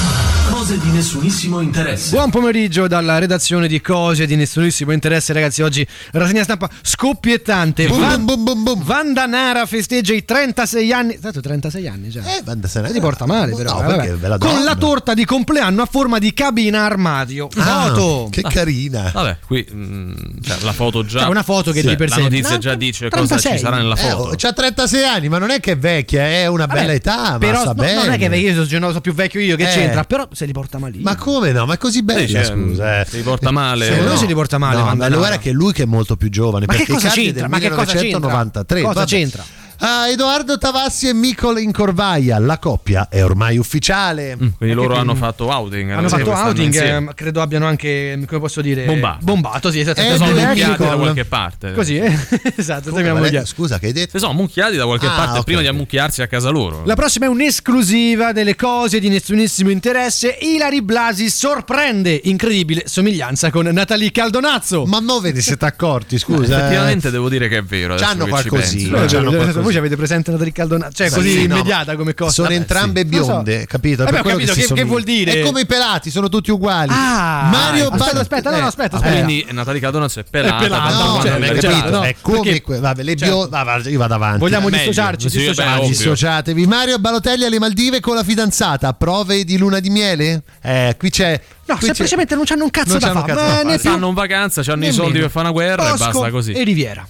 Cose di nessunissimo interesse. Buon pomeriggio dalla redazione di Cose di nessunissimo interesse, ragazzi. Oggi rassegna stampa scoppiettante. Boom, Van, boom, boom, boom. Vanda Nara festeggia i trentasei anni. Tanto trentasei anni già. Eh, Vanda Nara. Ti porta male, però. No, eh, perché ve la do, con la no. torta di compleanno a forma di cabina armadio. Ah, Foto. che carina. Vabbè, qui mh, cioè, la foto già. C'è una foto che sì, di per La sé. notizia No, già dice trentasei. cosa ci sarà nella Eh, foto. oh, c'ha trentasei anni, ma non è che è vecchia, è una Vabbè, bella età. però ma sta no, bene. non è che io sono, sono più vecchio io, che Eh. c'entra? Però se li porta malino. Ma come no? Ma è così bella, Sì, cioè, scusa. Eh. si porta male. Secondo me no. si li porta male, No, Vanda ma allora Nara. è che lui che è molto più giovane. Ma che perché cosa i cardi c'entra? del Ma che cosa c'entra? millenovecentonovantatré. Cosa Vabbè. c'entra? Ah, Edoardo Tavassi e Micol in Corvaia, la coppia è ormai ufficiale. Mm, quindi loro hanno fatto outing. Hanno sì, fatto quest'anno outing, insieme. eh, credo abbiano anche, come posso dire, Bombato. bombato, sì, esattamente. Eh, sono due mucchiati Nicole. da qualche parte. Così, eh? Esatto, Come, torniamo Valeria, via. scusa, che hai detto? Si sono mucchiati da qualche Ah, parte ok, prima ok. di ammucchiarsi a casa loro. La prossima è un'esclusiva delle cose di nessunissimo interesse. Ilari Blasi sorprende, incredibile somiglianza con Natalie Caldonazzo. Ma non ve ne siete accorti, scusa. Effettivamente devo dire che è vero. adesso C'hanno che ci qualcosina. penso. Voi c'hanno qualcosina. voi ci avete presente Natalie Caldonazzo? Cioè, Sì, così sì, no, immediata come cosa? Sono Vabbè, entrambe sì. bionde, Lo so. capito? Vabbè, Per ho quello capito, si che- che somiglia- vuol dire? È come i pelati, sono tutti uguali. Ah, Mario aspetta, Bal- aspetta, no, no, eh, aspetta, ah, aspetta. Quindi Natalie Caldonazzo è pelata. È pelata, tanto No, quanto cioè, non è hai certo, capito. no, È come perché- que- vabbè, le cioè- bio- va, va, io vado avanti. Vogliamo Meglio. dissociarci, Sì, beh, dissociarci. ovvio. Dissociatevi. Mario Balotelli alle Maldive con la fidanzata. Prove di luna di miele? Eh, qui c'è. No, qui semplicemente non c'hanno un cazzo Non da c'hanno fare. un cazzo da Ma fare. ne più- Stanno in vacanza, hanno i nemmeno. soldi per fare una guerra Bosco e basta così. e Riviera.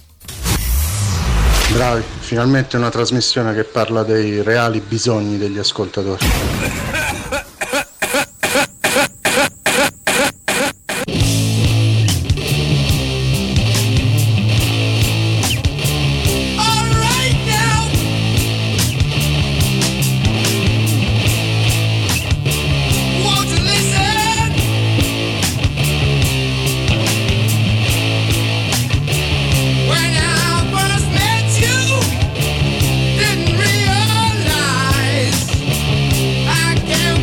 Bravi, finalmente una trasmissione che parla dei reali bisogni degli ascoltatori. Didn't realize I can't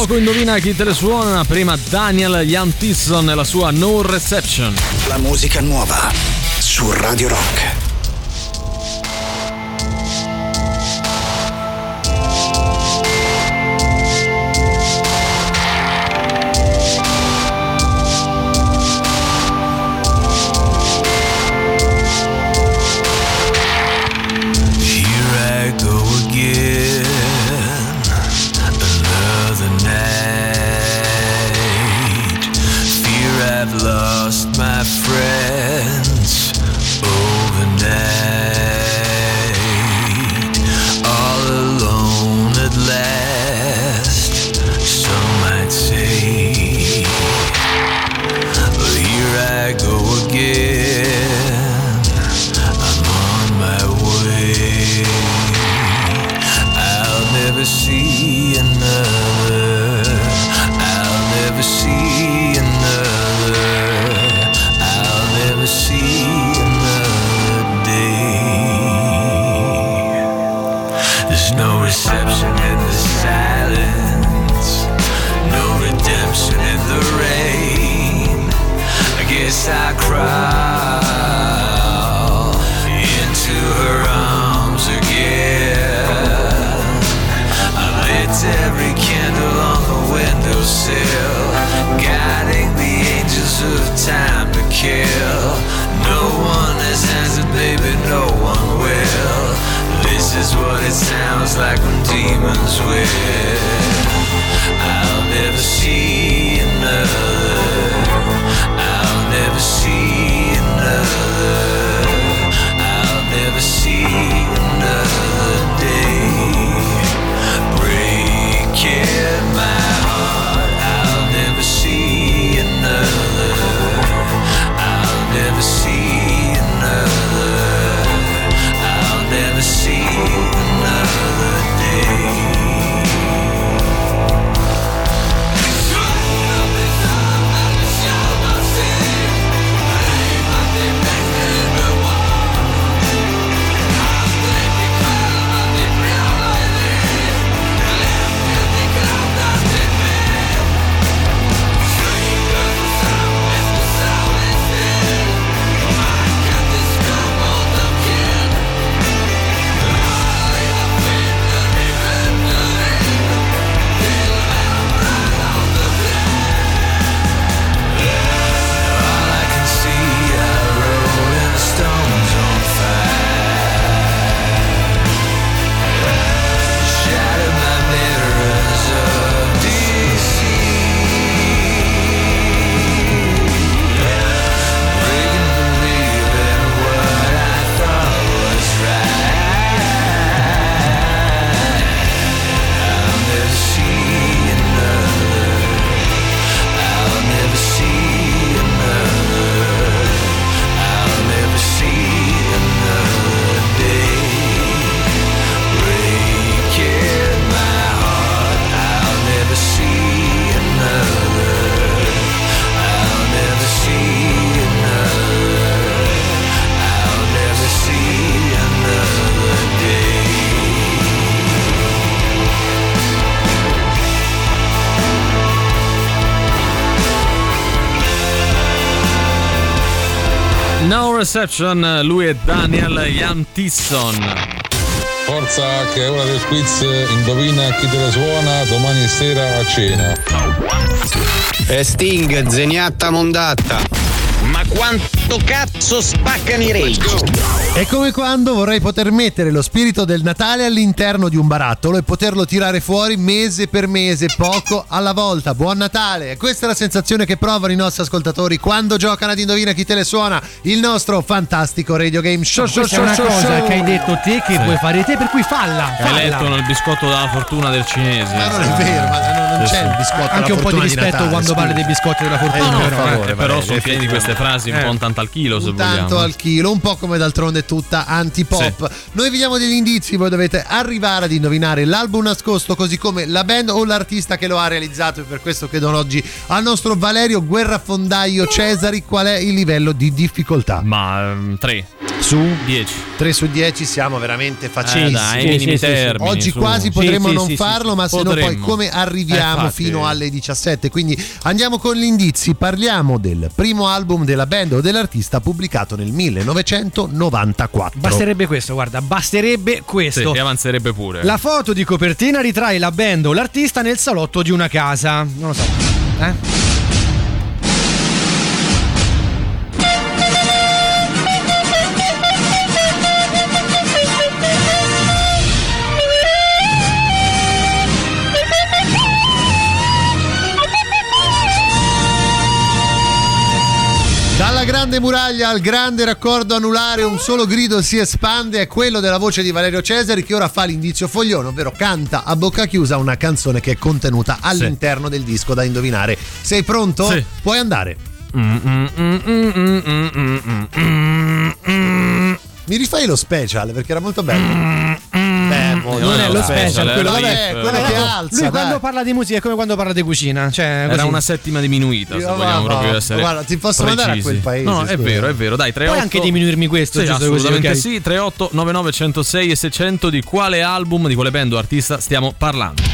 poco indovina chi te le suona. Prima Daniel Jan Tisson e la sua No Reception. La musica nuova su Radio Rock. Lost my friends overnight, all alone at last, some might say. But here I go again, I'm on my way. I'll never see another, I'll never see another, I'll never see another day. There's no reception in the silence, no redemption in the rain. I guess I crawl into her arms again. I lit every candle on the windowsill, guiding the angels of time to kill. No one has answered, baby, no one will. This is what it sounds like when demons will. I'll never see another, I'll never see another, I'll never see another day. Breaking my heart, I'll never see another, I'll never see another, I'll never see another day. No Reception, lui è Daniel Jan Tisson. Forza che è ora del quiz, indovina chi te la suona domani sera a cena. E Sting, zeniatta mondatta. Ma quanto cazzo spaccano i rage? È come quando vorrei poter mettere lo spirito del Natale all'interno di un barattolo e poterlo tirare fuori mese per mese, poco alla volta. Buon Natale! Questa è la sensazione che provano i nostri ascoltatori quando giocano ad Indovina chi te le suona, il nostro fantastico radio game show. show, Questa show è una show, cosa show. che hai detto te che Sì. puoi fare te, per cui falla, Hai falla. letto nel biscotto della fortuna del cinese. Ma non è vero, ma non, non Sì, c'è sì. il biscotto. Anche alla un po' di fortuna rispetto Natale, quando scusa. parli dei biscotti della fortuna. Eh, No, no, per eh, favore, però Valerio, sono pieni di queste frasi un Eh. po' un tanto al chilo, se Un tanto vogliamo. al chilo, un po' come d'altronde tutta antipop. Noi vi diamo degli indizi, voi dovete arrivare ad indovinare l'album nascosto, così come la band o l'artista che lo ha realizzato, e per questo chiedono oggi al nostro Valerio Guerrafondaio Cesari qual è il livello di difficoltà. Ma tre su dieci tre su dieci siamo veramente facilissimi. Eh dai, minimi termini, Oggi su. quasi Sì, potremmo sì, non sì, farlo, sì, ma se no poi potremmo. come arriviamo Eh, infatti. fino alle diciassette? Quindi andiamo con gli indizi. Parliamo del primo album della band o dell'artista pubblicato nel millenovecentonovantaquattro. Basterebbe questo, guarda, basterebbe questo. Sì, e avanzerebbe pure. La foto di copertina ritrae la band o l'artista nel salotto di una casa. Non lo so. Eh? Dalla grande muraglia al grande raccordo anulare un solo grido si espande, è quello della voce di Valerio Cesari, che ora fa l'indizio foglione, ovvero canta a bocca chiusa una canzone che è contenuta all'interno del disco da indovinare. Sei pronto? Sì. Puoi andare. Mm, mm, mm, mm, mm, mm, mm, mm, mm. Mi rifai lo special perché era molto bello. Beh, mo- Non è lo special, special, quello, era vabbè, il- quello che alza. Lui dai. quando parla di musica è come quando parla di cucina, cioè Era così. una settima diminuita, se Io, vogliamo ma proprio no, essere guarda, ti posso precisi. mandare a quel paese, No, no, è scusa. vero, è vero. Dai, tre Puoi otto anche diminuirmi questo, Sì, giusto così, assolutamente ok? sì. tre otto nove nove uno zero sei e seicento. Di quale album, di quale band o artista stiamo parlando?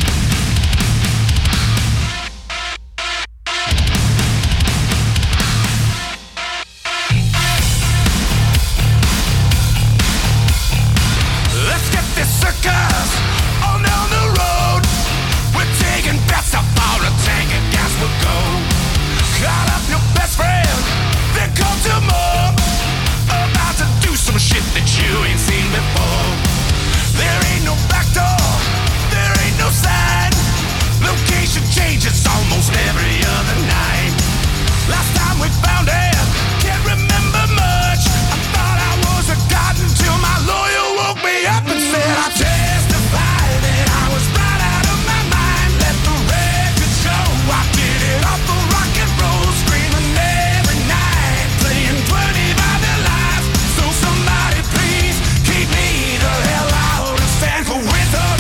Let's get this circus on down the road. We're taking bets up on a tank and gas will go. Call up your best friend, then call tomorrow. About to do some shit that you ain't seen before. There ain't no back door, there ain't no sign. Location changes almost every other night. Last time we found it, can't remember much. I thought I was a god until my lawyer woke me up and said I testify that I was right out of my mind. Let the record show I did it off the rock and roll, screaming every night, playing twenty by the life. So somebody please keep me the hell out of San Quentin.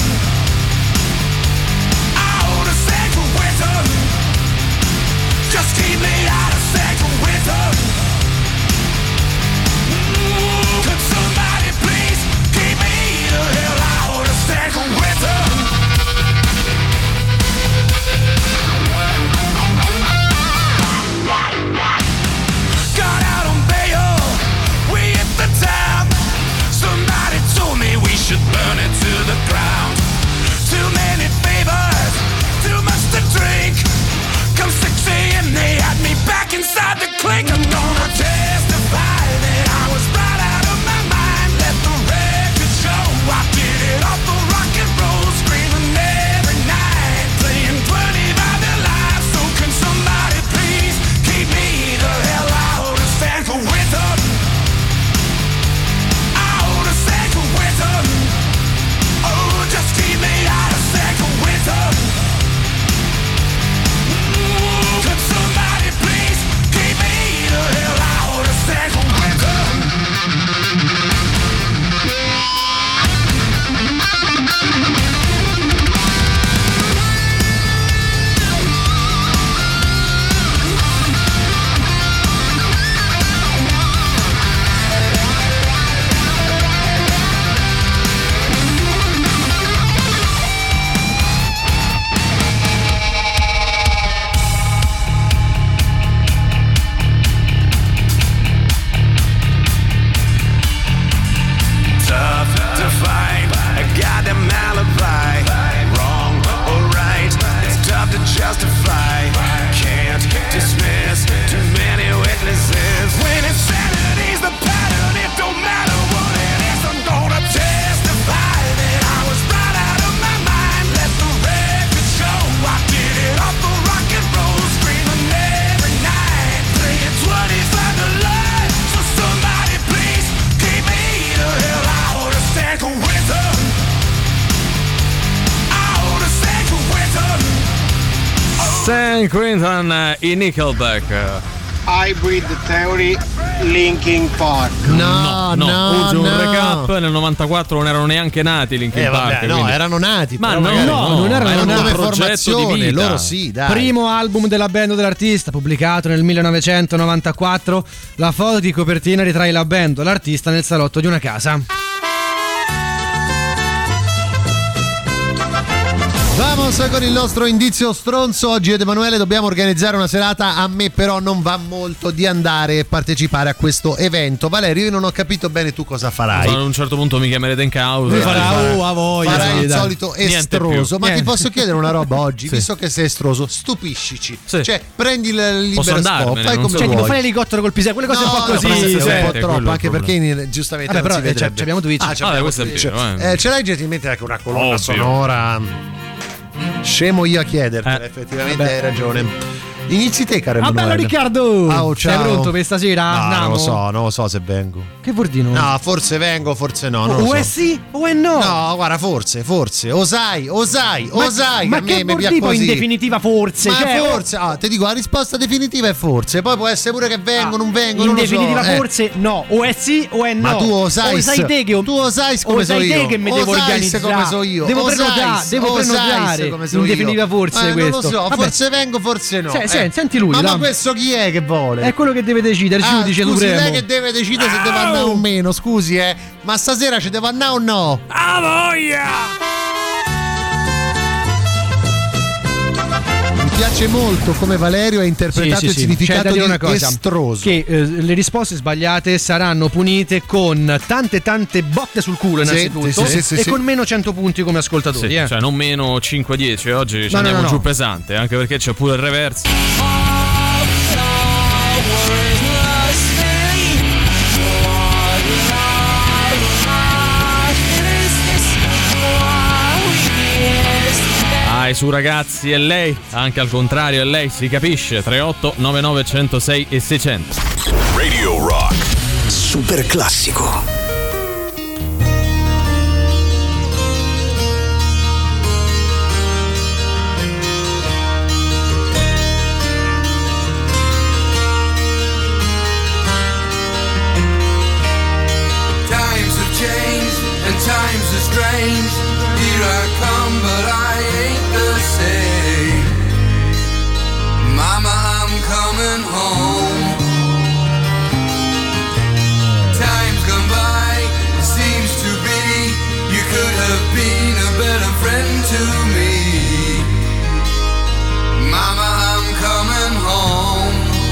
Out of San Quentin. Just keep me out of San Quentin. Ooh, could somebody please keep me the hell out of San Quentin? Got out on bail, we hit the town. Somebody told me we should burn it to the ground. Too many favors, too much to drink. Come six a.m. they had me back inside the clink. I'm gonna testify that I was right out of my mind. Let the record show I did it off the rock and roll, screaming every night, playing twenty by the life. So can somebody please keep me the hell out of San Quentin? Out of San Quentin. Oh, just keep me out of San Quentin. Could somebody please keep me the hell out of San Quentin? Tough to find a goddamn alibi. Wrong or right, it's tough to justify. Can't dismiss too many witnesses. When insanity's the pattern, it don't matter what it is. I'm gonna testify that I was right out of my mind. Let the record show I did it off the rock and roll, screaming every night, playing twenty-five to life. So somebody please keep me the hell out of San Quentin. Out of San Quentin. San Quentin, i Nickelback. Hybrid Theory, Linkin Park. No, no, Uso un no. recap. Nel novantaquattro non erano neanche nati i Linkin Eh, vabbè, Park. no, quindi- erano nati. Ma però no, magari no, non erano erano nati. come Un progetto formazione, di vita. loro sì, dai. Primo album della band o dell'artista, pubblicato nel millenovecentonovantaquattro. La foto di copertina ritrae la band o l'artista nel salotto di una casa. Vamos con il nostro indizio stronzo. Oggi ed Emanuele dobbiamo organizzare una serata. A me però non va molto di andare e partecipare a questo evento. Valerio, io non ho capito bene tu cosa farai. A un certo punto mi chiamerete in causa. Mi farà oh, a voglia. Farai sì, il dai. solito Niente estroso. più. Ma Niente. ti posso chiedere una roba oggi? Sì. Visto che sei estroso, stupiscici. Sì. Cioè, prendi il Posso libero andarmene, stop, fai non come so. Cioè, tipo vuoi. fai l'elicottero col pisello, quelle cose No, un po' no, così. forse è cioè. un po' quello è troppo, il anche problema. perché in- giustamente Vabbè, non si però, eh, vedrebbe. c'è- abbiamo Twitch. Ah, Ah, c'abbiamo questo è Twitch. vero, eh. Eh, ce l'hai gentilmente anche una colonna Ovvio. sonora. Scemo io a chiedertelo, Eh. effettivamente Vabbè. hai ragione. Inizi te, caro Ah, Emanuele. bello Riccardo! Ciao, ciao. Sei pronto per stasera? No, non Andiamo? lo so, non lo so se vengo. Che vuol dire? No, forse vengo, forse no. Non o lo è so. sì o è no? No, guarda, forse, forse. Osai, osai, Ma- osai. Ma a me che mi vuol piace dire poi in così. definitiva forse? Ma Cioè, forse, ah, ti dico, la risposta definitiva è forse. Poi può essere pure che vengo, non vengo. in non lo so. definitiva Eh. forse no, o è sì o è no. Ma tu lo sai, o sai te che tu lo sai come o so sai io. te che mi O devo sai organizzare. come so io. Devo O prenotare, sai, devo o sai prenotare. come so In io. definitiva forse Eh, non questo. lo so, Vabbè. forse vengo, forse no. Se- Eh. se- senti lui, Ma, ma dai. questo chi è che vuole? È quello che deve decidere, il Ah, giudice scusi, supremo. lei che deve decidere se deve andare o meno, scusi, eh. Ma stasera ci devo andare o no? A voglia! Mi piace molto come Valerio ha interpretato Sì, sì, il sì. significato C'è da dire di una cosa, estroso. che eh, le risposte sbagliate saranno punite con tante tante botte sul culo Sì, innanzitutto sì, sì, sì, e sì. con meno cento punti come ascoltatori. Sì, eh. cioè non meno cinque dieci, oggi ci No, no, andiamo no, giù no. pesante, anche perché c'è pure il reverse. Ah, e su ragazzi, è lei, anche al contrario è lei, si capisce. Tre otto nove nove uno zero sei e seicento. Radio Rock. Super classico. Times have changed and times are strange. Here I come, but I ain't the same. Mama, I'm coming home. Time's gone by, seems to be. You could have been a better friend to me. Mama, I'm coming home.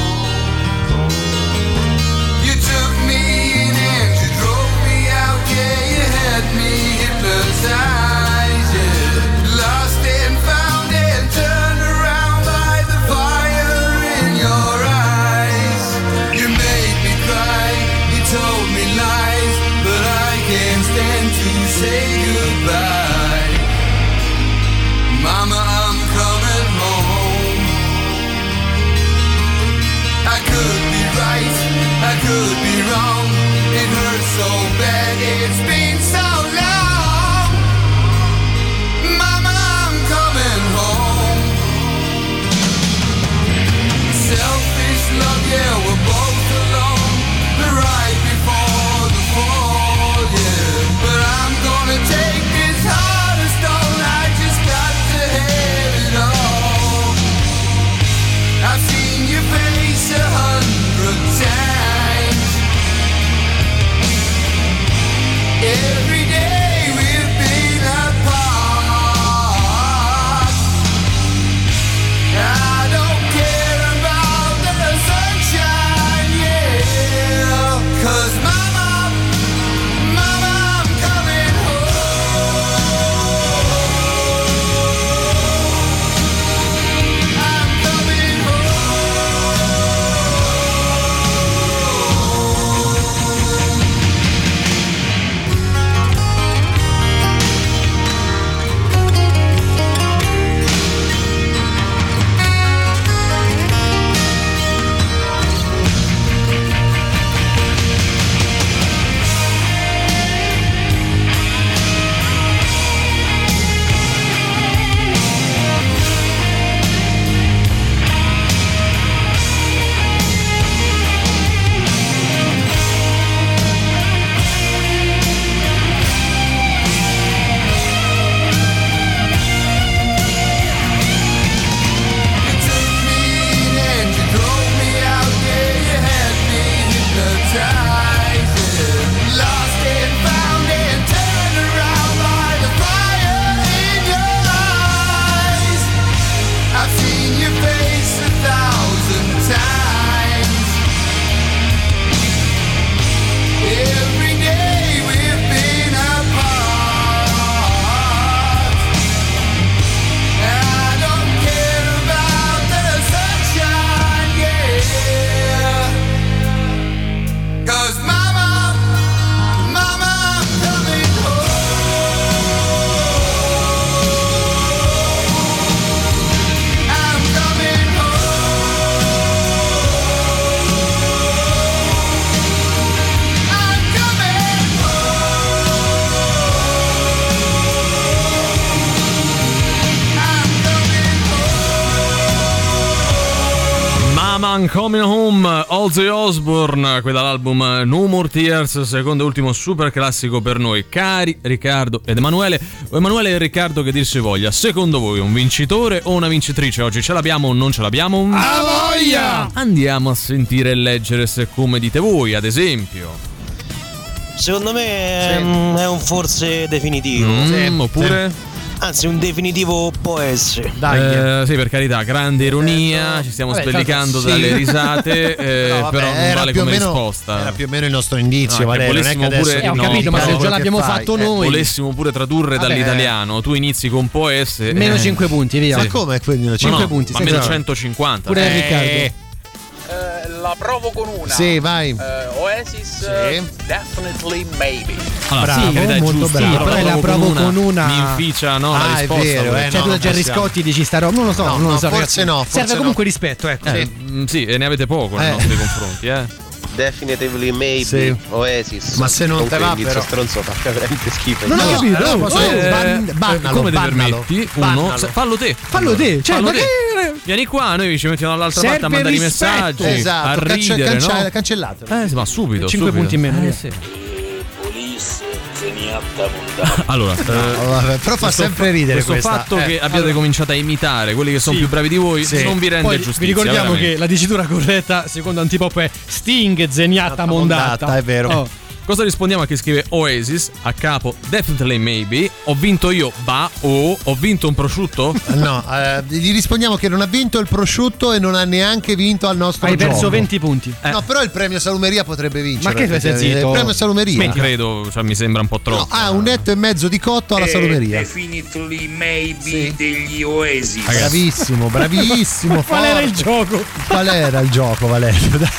You took me in and you drove me out, yeah, you had me hypnotized, yeah. Lost and found and turned around by the fire in your eyes. You made me cry, you told me lies, but I can't stand to say goodbye. Mama, I'm coming home. I could be right, I could be wrong. It hurts so bad, it's been so long. Mama, I'm coming home. Selfish love, yeah, we're both alone. The right before the fall, yeah. But I'm gonna take this heart of stone. I just got to have it all. I've seen your face a hundred times. Every day I'm Coming Home, Ozzy Osbourne, qui dall'album No More Tears, secondo e ultimo super classico per noi, cari Riccardo ed Emanuele. O Emanuele e Riccardo, che dir si voglia, secondo voi un vincitore o una vincitrice oggi? Ce l'abbiamo o non ce l'abbiamo? A voglia! Andiamo a sentire e leggere se come dite voi, ad esempio. Secondo me è, è un forse definitivo. Mm, Sì. oppure? Sì. Anzi, un definitivo può essere. Dai. Eh, sì, per carità, grande ironia, ci stiamo Vabbè, spellicando sì. dalle risate, eh, No, vabbè, però non era vale più o come meno- risposta. era più o meno il nostro indizio, No, che Valerio, non è che volessimo adesso pure, Eh, ho no, capito, ma se quello già che l'abbiamo fai, fatto eh, noi. volessimo pure tradurre Vabbè. dall'italiano, tu inizi con può essere Meno eh. cinque punti, via. Ma come quindi? cinque no, punti, ma sì, meno sì. centocinquanta. Pure Eh, Riccardo. Eh, la provo con una. Sì, vai. Eh, Oasis, eh, Definitely Maybe. Allora, Bravo, sì, verità, è molto giusto, bravo. però Però la provo con una. mi inficia no, Ah, la è risposta. vero, perché- eh, Cioè, no, tu da Gerry possiamo. Scotti dici sta roba. Non lo so, No, non lo no, so. forse ragazzi. no, Serve forse comunque no. rispetto, ecco. Eh, mm, sì, e ne avete poco nei Eh. nostri confronti, eh. Definitively Maybe, Sì. Oasis. Ma se non Comunque te va, l'inizio però. stronzo fa veramente schifo. Non ho No, capito. allora oh, posso- oh. ban- bannalo, come ti bannalo. permetti? Bannalo. Uno, se- fallo te. Fallo te, cioè, Fallo ma te. che- Vieni qua, noi ci mettiamo dall'altra Serve parte a mandare i rispetto. messaggi, Esatto, a cance- ridere, cancella- no? cancellato. Eh, ma subito, cinque subito. punti in meno. Eh, via. sì. Police, Zeniatta Montana. Allora, eh, vabbè, però fa questo sempre fa- ridere questo questa. fatto Eh, che abbiate allora. cominciato a imitare quelli che sono Sì. più bravi di voi Sì. non vi rende Poi giustizia. vi ricordiamo veramente. che la dicitura corretta secondo Antipop è Sting Zeniatta Mondata. Mondata, è vero. Oh. Cosa rispondiamo a chi scrive Oasis a capo Definitely Maybe? Ho vinto io, bah, o ho vinto un prosciutto? No, eh, gli rispondiamo che non ha vinto il prosciutto e non ha neanche vinto al nostro Hai gioco. perso venti punti. No, però il premio salumeria potrebbe vincere. Ma che stai zitto? Il premio salumeria. Non credo, cioè, mi sembra un po' troppo. No, ha un netto e mezzo di cotto alla Eh, salumeria. Definitely Maybe Sì. degli Oasis. Bravissimo, bravissimo. Qual era il forte. gioco? Qual era il gioco, Valerio? Dai.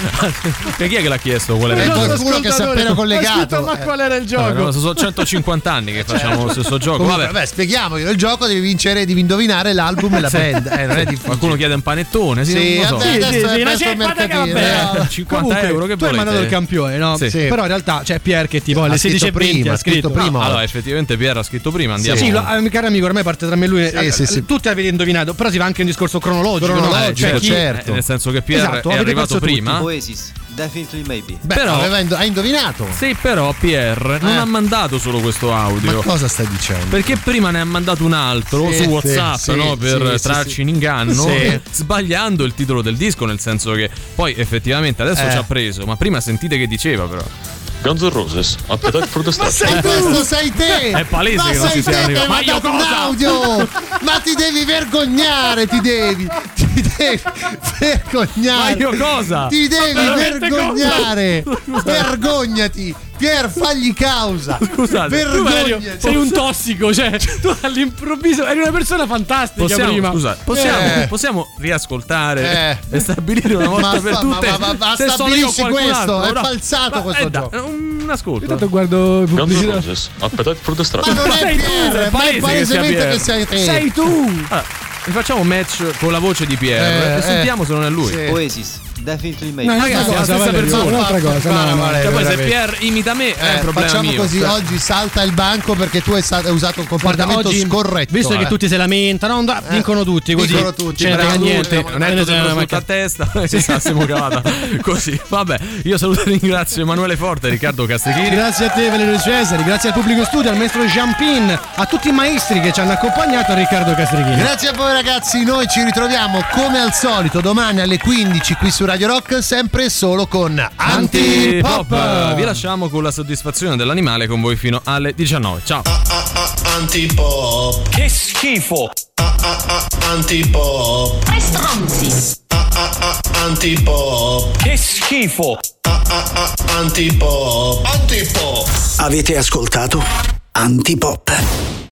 E chi è che l'ha chiesto? Qual era Eh, il qualcuno gioco? che si è appena collegato. Ma Eh. qual era il gioco? No, no, sono centocinquanta anni che facciamo lo stesso gioco. Comunque, Vabbè. vabbè, spieghiamoglielo. Il gioco devi vincere, devi indovinare l'album e la band. Eh, non è difficile. Qualcuno chiede un panettone, sì, Sì, non lo so. vabbè, adesso sì, è sì, una presto il ceppa da mercatino. cappello. Eh, cinquanta Comunque, euro che tu hai volete? mandato il campione, no? Sì. Però in realtà c'è Pier che tipo alle Ha scritto sedici e venti prima, ha ha scritto scritto. prima. Allora, effettivamente Pierre ha scritto prima, andiamo. Sì, lo, eh, caro amico, ormai parte tra me e lui. Sì, eh, sì, sì. Tutti avete indovinato, però si fa anche un discorso cronologico. Cronologico, no? Cioè, chi- certo. Eh, nel senso che Pierre Esatto, è avete arrivato perso tutti. prima. Oasis, Definitely Maybe. Beh, Però- aveva indo- ha indovinato. Sì, però Pierre non Eh. ha mandato solo questo Ma audio. cosa stai dicendo? Perché prima ne ha mandato un altro Sì, su WhatsApp, sì, no? sì, Per sì, trarci sì. in inganno, Sì. sbagliando il titolo del disco, nel senso che poi effettivamente adesso Eh. ci ha preso, ma prima sentite che diceva però. Guns N' Roses, Appetite for the Ma Destruction. sei questo, sei te! È palese Ma che non sei si sia te che arrivato. hai Ma io mandato un cosa? audio! Ma ti devi vergognare, ti devi! Ti devi vergognare! Ma io cosa? Ti devi veramente vergognare! Vergognati! Pier, fagli causa! Scusate, Tu, Valerio, Vergognati! sei un tossico, cioè tu all'improvviso eri una persona fantastica Possiamo, prima. scusa, possiamo, Eh. possiamo riascoltare Eh. e stabilire una volta Ma per fa- tutte ma- ma- ma se sono io o stabilisci qualcun questo, altro, è no? falsato Ma- questo eh, dai, gioco. un ascolto. Intanto guardo Guns N' pubblicità. Roses, Appetite for the Ma Destruction. non è sei tu, Pier, è ma è palese che sia palesemente Pier. che sei te! Sei tu! Allora, vi facciamo un match con la voce di Pierre Eh, e sentiamo se non è lui. sì. Oasis, Definitely Maybe. No, Ragazzi, è la stessa Valerio, persona. un'altra cosa. No, no, no. Cioè, poi se veramente. Pierre imita me è Eh, un problema facciamo mio. così, Cioè, oggi salta il banco perché tu hai, sta- hai usato un Guarda, comportamento oggi, scorretto. visto che eh. tutti si lamentano, and- vincono tutti così. Vincono tutti, ce ne frega bravo, niente. tutti, non è tutto prosciutto a testa, ci stassimo cavata così. Vabbè, io saluto e ringrazio Emanuele Forte e Riccardo Castrichini. Grazie a te Valerio Cesari, grazie al pubblico studio, al maestro Jean-Pin, a tutti i maestri che ci hanno accompagnato, a Riccardo Castrichini. Grazie a voi ragazzi, noi ci ritroviamo come al solito domani alle quindici qui su Radio Rock, sempre e solo con Antipop. Antipop. Vi lasciamo con la soddisfazione dell'animale con voi fino alle diciannove. Ciao. Antipop. Che schifo. Antipop. Tre stronzi. Antipop. Che schifo. Antipop. Antipop. Avete ascoltato Antipop.